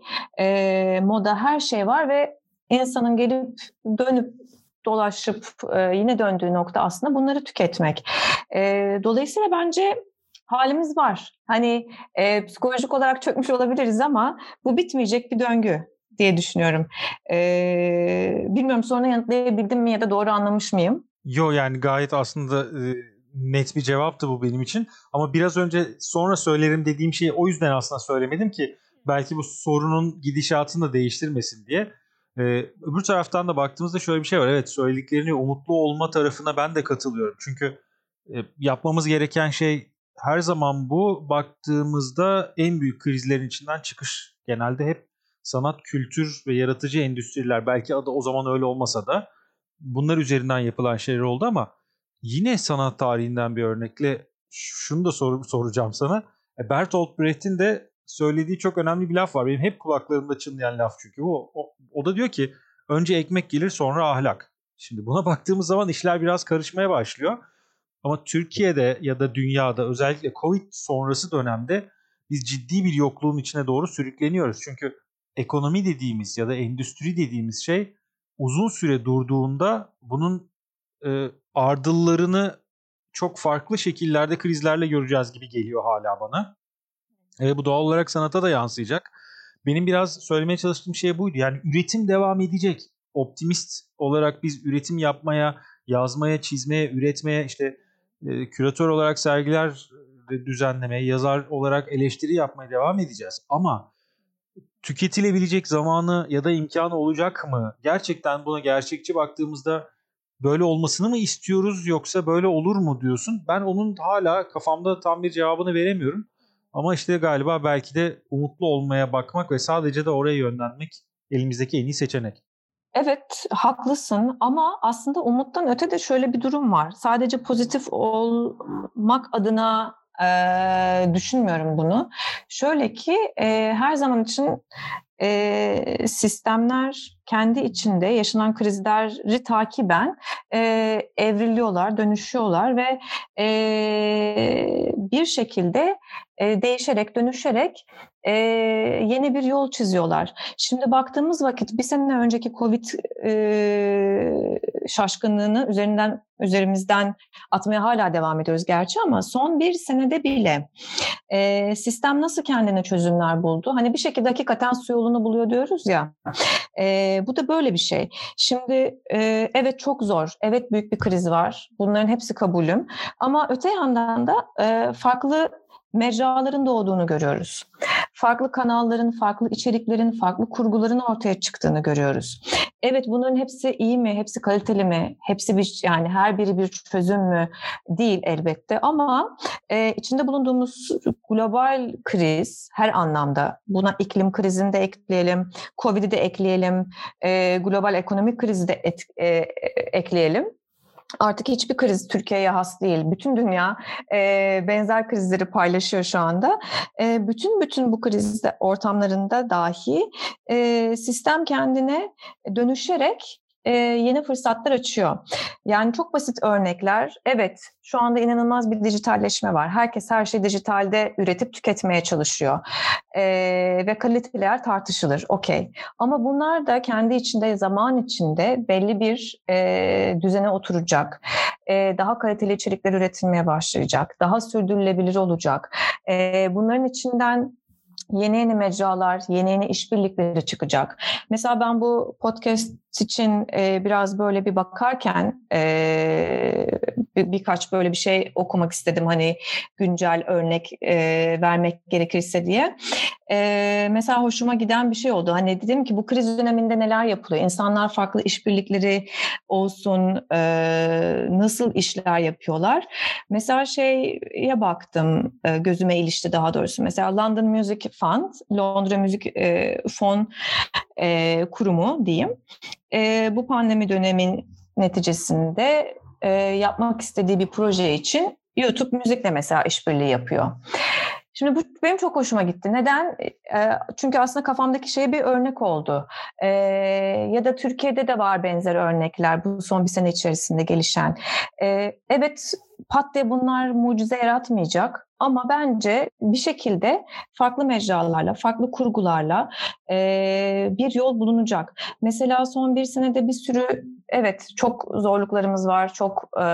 Speaker 2: e, moda her şey var ve insanın gelip dönüp dolaşıp e, yine döndüğü nokta aslında bunları tüketmek. E, dolayısıyla bence halimiz var. Hani e, psikolojik olarak çökmüş olabiliriz ama bu bitmeyecek bir döngü diye düşünüyorum. E, bilmiyorum sonra yanıtlayabildim mi ya da doğru anlamış mıyım?
Speaker 1: Yo yani gayet aslında e, net bir cevaptı bu benim için. Ama biraz önce sonra söylerim dediğim şeyi o yüzden aslında söylemedim ki belki bu sorunun gidişatını da değiştirmesin diye. E, öbür taraftan da baktığımızda şöyle bir şey var. Evet söylediklerini umutlu olma tarafına ben de katılıyorum. Çünkü e, yapmamız gereken şey her zaman bu. Baktığımızda en büyük krizlerin içinden çıkış genelde hep sanat, kültür ve yaratıcı endüstriler. Belki adı o zaman öyle olmasa da bunlar üzerinden yapılan şeyler oldu ama yine sanat tarihinden bir örnekle şunu da sor, soracağım sana. E, Bertolt Brecht'in de söylediği çok önemli bir laf var. Benim hep kulaklarımda çınlayan laf çünkü. O, o, o da diyor ki önce ekmek gelir sonra ahlak. Şimdi buna baktığımız zaman işler biraz karışmaya başlıyor. Ama Türkiye'de ya da dünyada özellikle Covid sonrası dönemde biz ciddi bir yokluğun içine doğru sürükleniyoruz. Çünkü ekonomi dediğimiz ya da endüstri dediğimiz şey uzun süre durduğunda bunun e, ardıllarını çok farklı şekillerde krizlerle göreceğiz gibi geliyor hala bana. E, bu doğal olarak sanata da yansıyacak. Benim biraz söylemeye çalıştığım şey buydu. Yani üretim devam edecek. Optimist olarak biz üretim yapmaya, yazmaya, çizmeye, üretmeye, işte e, küratör olarak sergiler düzenlemeye, yazar olarak eleştiri yapmaya devam edeceğiz. Ama tüketilebilecek zamanı ya da imkanı olacak mı? Gerçekten buna gerçekçi baktığımızda böyle olmasını mı istiyoruz yoksa böyle olur mu diyorsun? Ben onun hala kafamda tam bir cevabını veremiyorum. Ama işte galiba belki de umutlu olmaya bakmak ve sadece de oraya yönlenmek elimizdeki en iyi seçenek.
Speaker 2: Evet, haklısın ama aslında umuttan öte de şöyle bir durum var. Sadece pozitif olmak adına e, düşünmüyorum bunu. Şöyle ki e, her zaman için e, sistemler kendi içinde yaşanan krizleri takiben e, evriliyorlar, dönüşüyorlar ve e, bir şekilde e, değişerek, dönüşerek e, yeni bir yol çiziyorlar. Şimdi baktığımız vakit bir sene önceki Covid e, şaşkınlığını üzerinden üzerimizden atmaya hala devam ediyoruz gerçi ama son bir senede bile e, sistem nasıl kendine çözümler buldu? Hani bir şekilde hakikaten su yolunu buluyor diyoruz ya. E, bu da böyle bir şey. Şimdi e, evet çok zor, evet büyük bir kriz var. Bunların hepsi kabulüm. Ama öte yandan da e, farklı mecraların doğduğunu görüyoruz. Farklı kanalların, farklı içeriklerin, farklı kurguların ortaya çıktığını görüyoruz. Evet bunların hepsi iyi mi, hepsi kaliteli mi, hepsi bir yani her biri bir çözüm mü değil elbette ama e, içinde bulunduğumuz global kriz her anlamda buna iklim krizini de ekleyelim, Covid'i de ekleyelim, e, global ekonomik krizi de et, e, ekleyelim. Artık hiçbir kriz Türkiye'ye has değil. Bütün dünya e, benzer krizleri paylaşıyor şu anda. E, bütün bütün bu kriz ortamlarında dahi e, sistem kendine dönüşerek e, yeni fırsatlar açıyor. Yani çok basit örnekler. Evet, şu anda inanılmaz bir dijitalleşme var. Herkes her şeyi dijitalde üretip tüketmeye çalışıyor. E, ve kaliteler tartışılır. Okey. Ama bunlar da kendi içinde, zaman içinde belli bir e, düzene oturacak. E, daha kaliteli içerikler üretilmeye başlayacak. Daha sürdürülebilir olacak. E, bunların içinden yeni yeni mecralar, yeni yeni işbirlikleri çıkacak. Mesela ben bu podcast için e, biraz böyle bir bakarken e, bir, birkaç böyle bir şey okumak istedim. Hani güncel örnek e, vermek gerekirse diye. E, mesela hoşuma giden bir şey oldu. Hani dedim ki bu kriz döneminde neler yapılıyor? İnsanlar farklı işbirlikleri olsun, e, nasıl işler yapıyorlar? Mesela şeye baktım, e, gözüme ilişti daha doğrusu. Mesela London Music Fund, Londra Müzik e, Fon e, kurumu diyeyim. E, bu pandemi dönemin neticesinde e, yapmak istediği bir proje için YouTube müzikle mesela işbirliği yapıyor. Şimdi bu benim çok hoşuma gitti. Neden? E, çünkü aslında kafamdaki şey bir örnek oldu. E, ya da Türkiye'de de var benzer örnekler bu son bir sene içerisinde gelişen. E, evet pat diye bunlar mucize yaratmayacak. Ama bence bir şekilde farklı mecralarla, farklı kurgularla e, bir yol bulunacak. Mesela son bir senede bir sürü, evet çok zorluklarımız var, çok e,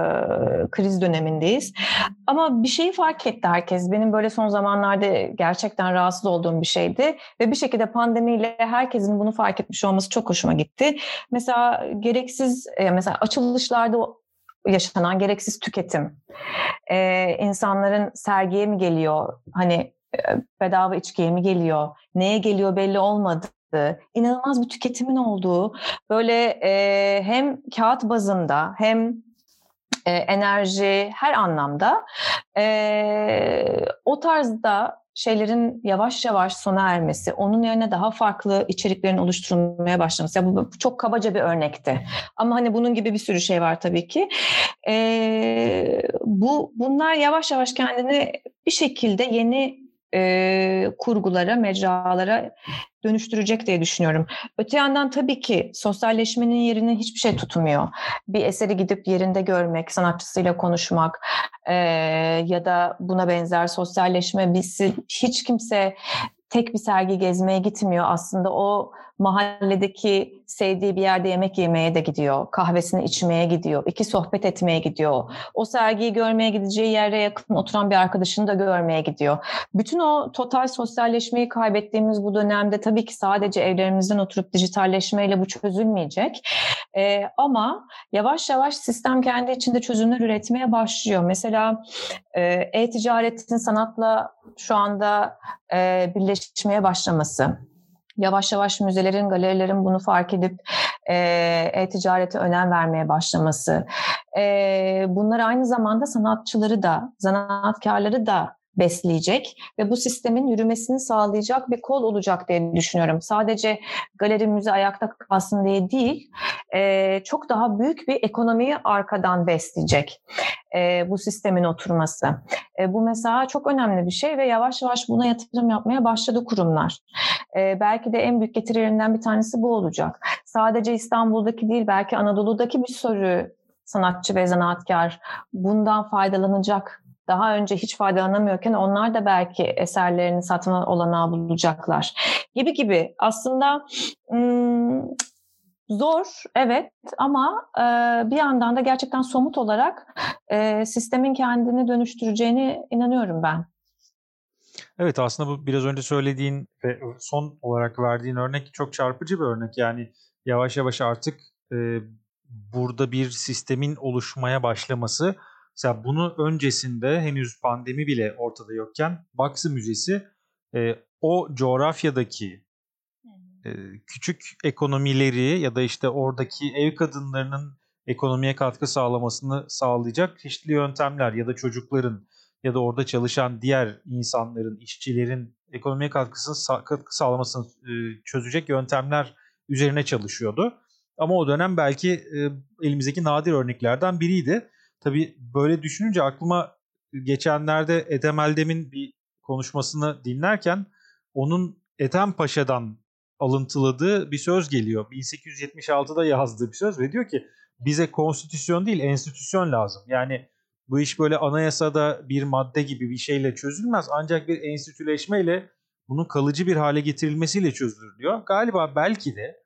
Speaker 2: kriz dönemindeyiz. Ama bir şeyi fark etti herkes. Benim böyle son zamanlarda gerçekten rahatsız olduğum bir şeydi. Ve bir şekilde pandemiyle herkesin bunu fark etmiş olması çok hoşuma gitti. Mesela gereksiz, e, mesela açılışlarda yaşanan gereksiz tüketim. Ee, insanların sergiye mi geliyor? Hani bedava içkiye mi geliyor? Neye geliyor belli olmadı. İnanılmaz bir tüketimin olduğu böyle e, hem kağıt bazında hem e, enerji her anlamda e, o tarzda şeylerin yavaş yavaş sona ermesi, onun yerine daha farklı içeriklerin oluşturulmaya başlaması. Ya bu çok kabaca bir örnekti. Ama hani bunun gibi bir sürü şey var tabii ki. Ee, bu bunlar yavaş yavaş kendini bir şekilde yeni e, kurgulara, mecralara dönüştürecek diye düşünüyorum. Öte yandan tabii ki sosyalleşmenin yerini hiçbir şey tutmuyor. Bir eseri gidip yerinde görmek, sanatçısıyla konuşmak e, ya da buna benzer sosyalleşme, biz, hiç kimse tek bir sergi gezmeye gitmiyor aslında. O mahalledeki sevdiği bir yerde yemek yemeye de gidiyor. Kahvesini içmeye gidiyor. İki sohbet etmeye gidiyor. O sergiyi görmeye gideceği yere yakın oturan bir arkadaşını da görmeye gidiyor. Bütün o total sosyalleşmeyi kaybettiğimiz bu dönemde tabii ki sadece evlerimizden oturup dijitalleşmeyle bu çözülmeyecek. Ee, ama yavaş yavaş sistem kendi içinde çözümler üretmeye başlıyor. Mesela e, e-ticaretin sanatla şu anda e, birleşmeye başlaması. Yavaş yavaş müzelerin, galerilerin bunu fark edip e, e-ticarete önem vermeye başlaması. E, bunlar aynı zamanda sanatçıları da, zanaatkarları da besleyecek ve bu sistemin yürümesini sağlayacak bir kol olacak diye düşünüyorum. Sadece galeri, müze ayakta kalsın diye değil, e, çok daha büyük bir ekonomiyi arkadan besleyecek e, bu sistemin oturması. E, bu mesela çok önemli bir şey ve yavaş yavaş buna yatırım yapmaya başladı kurumlar. E, belki de en büyük getirilerinden bir tanesi bu olacak. Sadece İstanbul'daki değil, belki Anadolu'daki bir sürü sanatçı ve zanaatkar bundan faydalanacak. Daha önce hiç faydalanamıyorken onlar da belki eserlerini satma olanağı bulacaklar. Gibi gibi. Aslında hmm, zor, evet, ama e, bir yandan da gerçekten somut olarak e, sistemin kendini dönüştüreceğine inanıyorum ben.
Speaker 1: Evet, aslında bu biraz önce söylediğin ve son olarak verdiğin örnek çok çarpıcı bir örnek. Yani yavaş yavaş artık e, burada bir sistemin oluşmaya başlaması. Mesela bunu öncesinde henüz pandemi bile ortada yokken Baksı Müzesi e, o coğrafyadaki e, küçük ekonomileri ya da işte oradaki ev kadınlarının ekonomiye katkı sağlamasını sağlayacak çeşitli yöntemler ya da çocukların ya da orada çalışan diğer insanların, işçilerin ekonomiye katkısını katkı sağlamasını e, çözecek yöntemler üzerine çalışıyordu. Ama o dönem belki e, elimizdeki nadir örneklerden biriydi. Tabii böyle düşününce aklıma geçenlerde Ethem Eldem'in bir konuşmasını dinlerken onun Ethem Paşa'dan alıntıladığı bir söz geliyor. bin sekiz yüz yetmiş altıda yazdığı bir söz ve diyor ki bize konstitüsyon değil enstitüsyon lazım. Yani bu iş böyle anayasada bir madde gibi bir şeyle çözülmez. Ancak bir enstitüleşmeyle bunun kalıcı bir hale getirilmesiyle çözülür diyor. Galiba belki de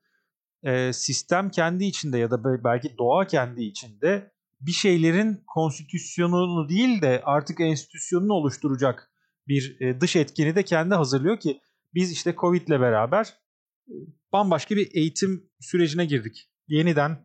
Speaker 1: e, sistem kendi içinde ya da belki doğa kendi içinde bir şeylerin konstitüsyonunu değil de artık enstitüsyonunu oluşturacak bir e, dış etkeni de kendi hazırlıyor ki biz işte Covid'le beraber e, bambaşka bir eğitim sürecine girdik. Yeniden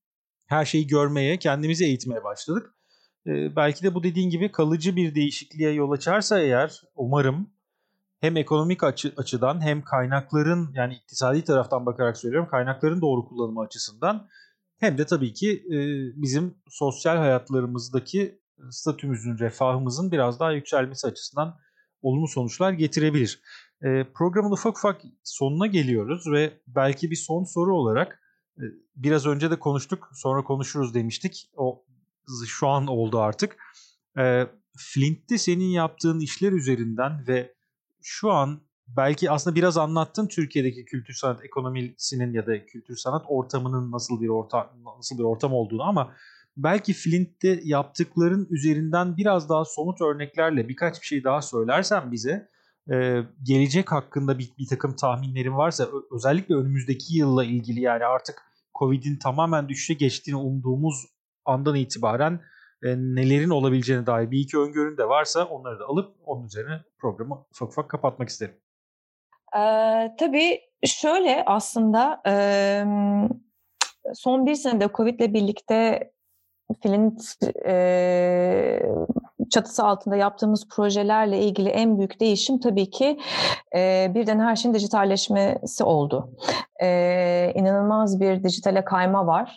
Speaker 1: her şeyi görmeye, kendimizi eğitmeye başladık. Ee, belki de bu dediğin gibi kalıcı bir değişikliğe yol açarsa eğer umarım hem ekonomik açı, açıdan hem kaynakların yani iktisadi taraftan bakarak söylüyorum kaynakların doğru kullanımı açısından hem de tabii ki e, bizim sosyal hayatlarımızdaki statümüzün, refahımızın biraz daha yükselmesi açısından olumlu sonuçlar getirebilir. E, programın ufak ufak sonuna geliyoruz ve belki bir son soru olarak e, biraz önce de konuştuk sonra konuşuruz demiştik. O şu an oldu artık. E, Flint'te senin yaptığın işler üzerinden ve şu an belki aslında biraz anlattın Türkiye'deki kültür sanat ekonomisinin ya da kültür sanat ortamının nasıl bir ortam nasıl bir ortam olduğunu ama belki Flint'te yaptıkların üzerinden biraz daha somut örneklerle birkaç bir şey daha söylersen bize e, gelecek hakkında bir, bir takım tahminlerin varsa ö- özellikle önümüzdeki yılla ilgili yani artık Covid'in tamamen düşüşe geçtiğini umduğumuz andan itibaren e, nelerin olabileceğine dair bir iki öngörün de varsa onları da alıp onun üzerine programı ufak ufak kapatmak isterim.
Speaker 2: Ee, tabii şöyle aslında e, son bir senede Covid'le birlikte Flint e, çatısı altında yaptığımız projelerle ilgili en büyük değişim tabii ki e, birden her şeyin dijitalleşmesi oldu. E, inanılmaz bir dijitale kayma var.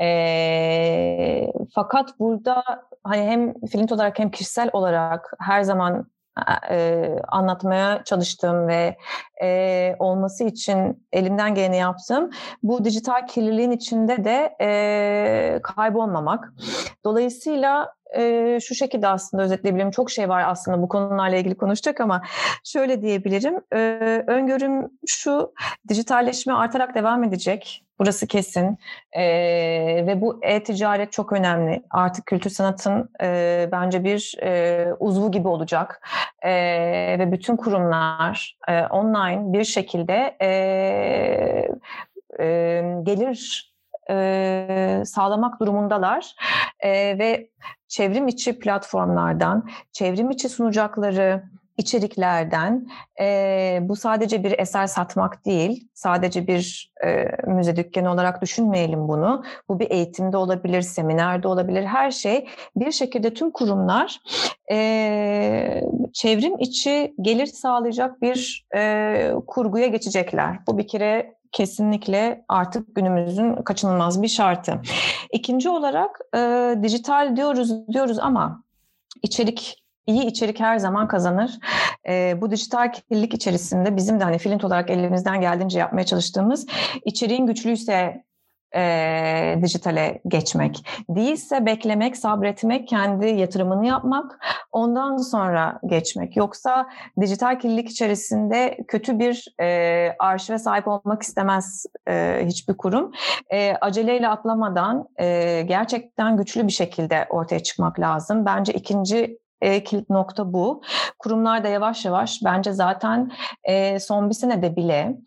Speaker 2: E, fakat burada hani hem Flint olarak hem kişisel olarak her zaman e, anlatmaya çalıştığım ve e, olması için elimden geleni yaptım. Bu dijital kirliliğin içinde de e, kaybolmamak. Dolayısıyla e, şu şekilde aslında özetleyebilirim. Çok şey var aslında bu konularla ilgili konuşacak ama şöyle diyebilirim. E, öngörüm şu, dijitalleşme artarak devam edecek. Burası kesin. E, ve bu e-ticaret çok önemli. Artık kültür sanatın e, bence bir e, uzvu gibi olacak. E, ve bütün kurumlar e, online bir şekilde e, e, gelir e, sağlamak durumundalar e, ve çevrim içi platformlardan, çevrim içi sunacakları içeriklerden e, bu sadece bir eser satmak değil, sadece bir e, müze dükkanı olarak düşünmeyelim bunu. Bu bir eğitimde olabilir, seminerde olabilir, her şey bir şekilde tüm kurumlar e, çevrim içi gelir sağlayacak bir e, kurguya geçecekler. Bu bir kere kesinlikle artık günümüzün kaçınılmaz bir şartı. İkinci olarak e, dijital diyoruz diyoruz ama içerik İyi içerik her zaman kazanır. E, bu dijital kirlilik içerisinde bizim de hani Flint olarak elimizden geldiğince yapmaya çalıştığımız içeriğin güçlüyse e, dijitale geçmek. Değilse beklemek, sabretmek, kendi yatırımını yapmak, ondan sonra geçmek. Yoksa dijital kirlilik içerisinde kötü bir e, arşive sahip olmak istemez e, hiçbir kurum. E, aceleyle atlamadan e, gerçekten güçlü bir şekilde ortaya çıkmak lazım. Bence ikinci E, kilit nokta bu. Kurumlar da yavaş yavaş bence zaten e, son bir senede bile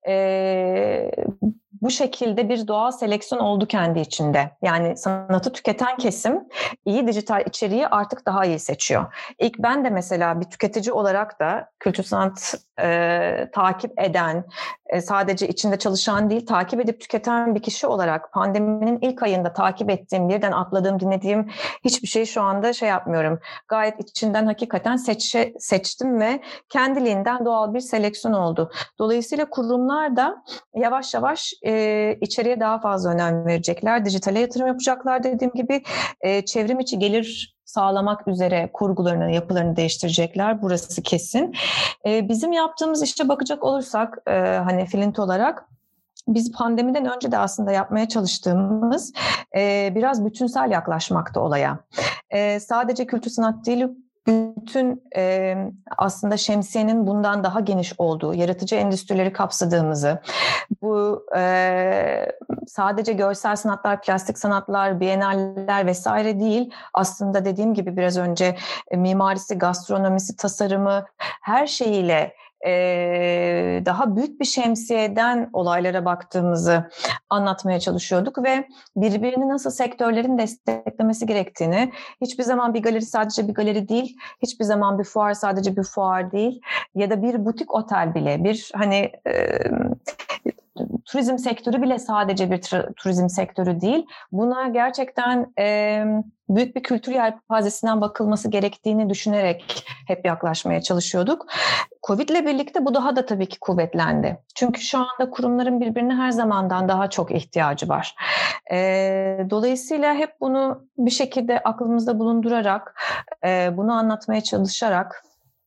Speaker 2: e, bu şekilde bir doğal seleksiyon oldu kendi içinde. Yani sanatı tüketen kesim iyi dijital içeriği artık daha iyi seçiyor. İlk ben de mesela bir tüketici olarak da kültür sanat e, takip eden, e, sadece içinde çalışan değil, takip edip tüketen bir kişi olarak pandeminin ilk ayında takip ettiğim, birden atladığım, dinlediğim hiçbir şeyi şu anda şey yapmıyorum. Gayet içinden hakikaten seçe, seçtim ve kendiliğinden doğal bir seleksiyon oldu. Dolayısıyla kurumlar da yavaş yavaş e, içeriye daha fazla önem verecekler. Dijitale yatırım yapacaklar dediğim gibi. E, çevrim içi gelir sağlamak üzere kurgularını, yapılarını değiştirecekler. Burası kesin. E, bizim yaptığımız işe bakacak olursak e, hani Flint olarak biz pandemiden önce de aslında yapmaya çalıştığımız e, biraz bütünsel yaklaşmakta olaya. E, sadece kültür sanat değil, bütün e, aslında şemsiyenin bundan daha geniş olduğu, yaratıcı endüstrileri kapsadığımızı, bu e, sadece görsel sanatlar, plastik sanatlar, biyenaller vesaire değil, aslında dediğim gibi biraz önce e, mimarisi, gastronomisi, tasarımı her şeyiyle Ee, daha büyük bir şemsiyeden olaylara baktığımızı anlatmaya çalışıyorduk ve birbirini nasıl sektörlerin desteklemesi gerektiğini, hiçbir zaman bir galeri sadece bir galeri değil, hiçbir zaman bir fuar sadece bir fuar değil ya da bir butik otel bile, bir hani e, turizm sektörü bile sadece bir tra- turizm sektörü değil. Buna gerçekten e, büyük bir kültür yelpazesinden bakılması gerektiğini düşünerek hep yaklaşmaya çalışıyorduk. Covid'le birlikte bu daha da tabii ki kuvvetlendi. Çünkü şu anda kurumların birbirine her zamandan daha çok ihtiyacı var. E, dolayısıyla hep bunu bir şekilde aklımızda bulundurarak, e, bunu anlatmaya çalışarak,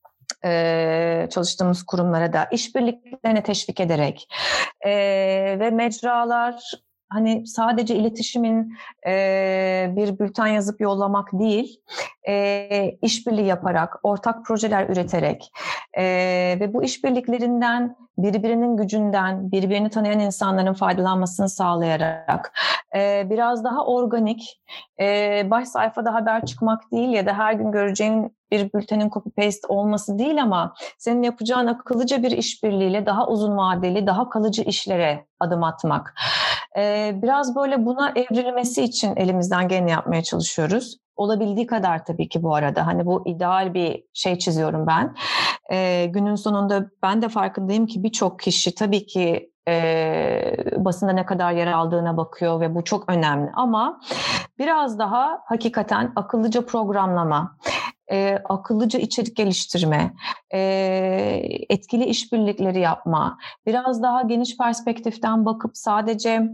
Speaker 2: Ee, çalıştığımız kurumlara da işbirliklerine teşvik ederek e, ve mecralar hani sadece iletişimin e, bir bülten yazıp yollamak değil, e, işbirliği yaparak, ortak projeler üreterek e, ve bu işbirliklerinden birbirinin gücünden, birbirini tanıyan insanların faydalanmasını sağlayarak e, biraz daha organik, e, baş sayfada haber çıkmak değil ya da her gün göreceğin bir bültenin copy-paste olması değil ama senin yapacağın akıllıca bir işbirliğiyle daha uzun vadeli, daha kalıcı işlere adım atmak. Ee, biraz böyle buna evrilmesi için elimizden geleni yapmaya çalışıyoruz. Olabildiği kadar tabii ki bu arada. Hani bu ideal bir şey çiziyorum ben. Ee, günün sonunda ben de farkındayım ki birçok kişi tabii ki e, basında ne kadar yer aldığına bakıyor ve bu çok önemli. Ama biraz daha hakikaten akıllıca programlama, e, akıllıca içerik geliştirme, e, etkili işbirlikleri yapma, biraz daha geniş perspektiften bakıp sadece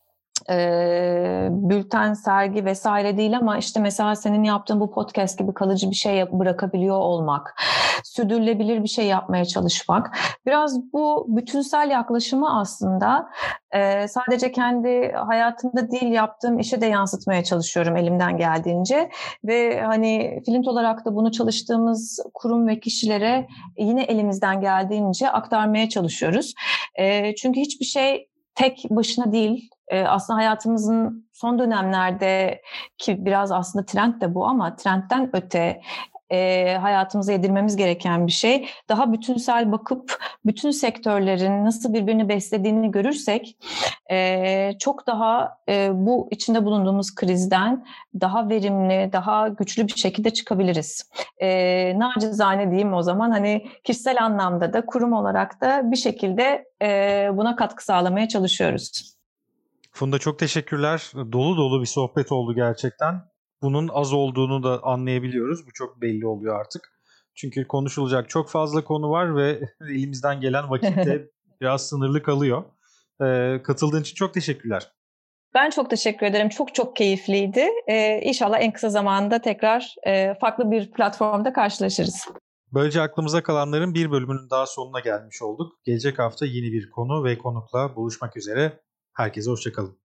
Speaker 2: e, bülten, sergi vesaire değil ama işte mesela senin yaptığın bu podcast gibi kalıcı bir şey bırakabiliyor olmak, sürdürülebilir bir şey yapmaya çalışmak. Biraz bu bütünsel yaklaşımı aslında e, sadece kendi hayatımda değil yaptığım işe de yansıtmaya çalışıyorum elimden geldiğince ve hani Flint olarak da bunu çalıştığımız kurum ve kişilere yine elimizden geldiğince aktarmaya çalışıyoruz. E, çünkü hiçbir şey tek başına değil. Ee, aslında hayatımızın son dönemlerde ki biraz aslında trend de bu ama trendten öte e, hayatımıza yedirmemiz gereken bir şey. Daha bütünsel bakıp bütün sektörlerin nasıl birbirini beslediğini görürsek e, çok daha e, bu içinde bulunduğumuz krizden daha verimli, daha güçlü bir şekilde çıkabiliriz. E, nacizane diyeyim o zaman hani kişisel anlamda da kurum olarak da bir şekilde e, buna katkı sağlamaya çalışıyoruz.
Speaker 1: Funda çok teşekkürler. Dolu dolu bir sohbet oldu gerçekten. Bunun az olduğunu da anlayabiliyoruz. Bu çok belli oluyor artık. Çünkü konuşulacak çok fazla konu var ve elimizden gelen vakit de biraz sınırlı kalıyor. Ee, katıldığın için çok teşekkürler.
Speaker 2: Ben çok teşekkür ederim. Çok çok keyifliydi. Ee, İnşallah en kısa zamanda tekrar e, farklı bir platformda karşılaşırız.
Speaker 1: Böylece aklımıza kalanların bir bölümünün daha sonuna gelmiş olduk. Gelecek hafta yeni bir konu ve konukla buluşmak üzere. Herkese hoşça kalın.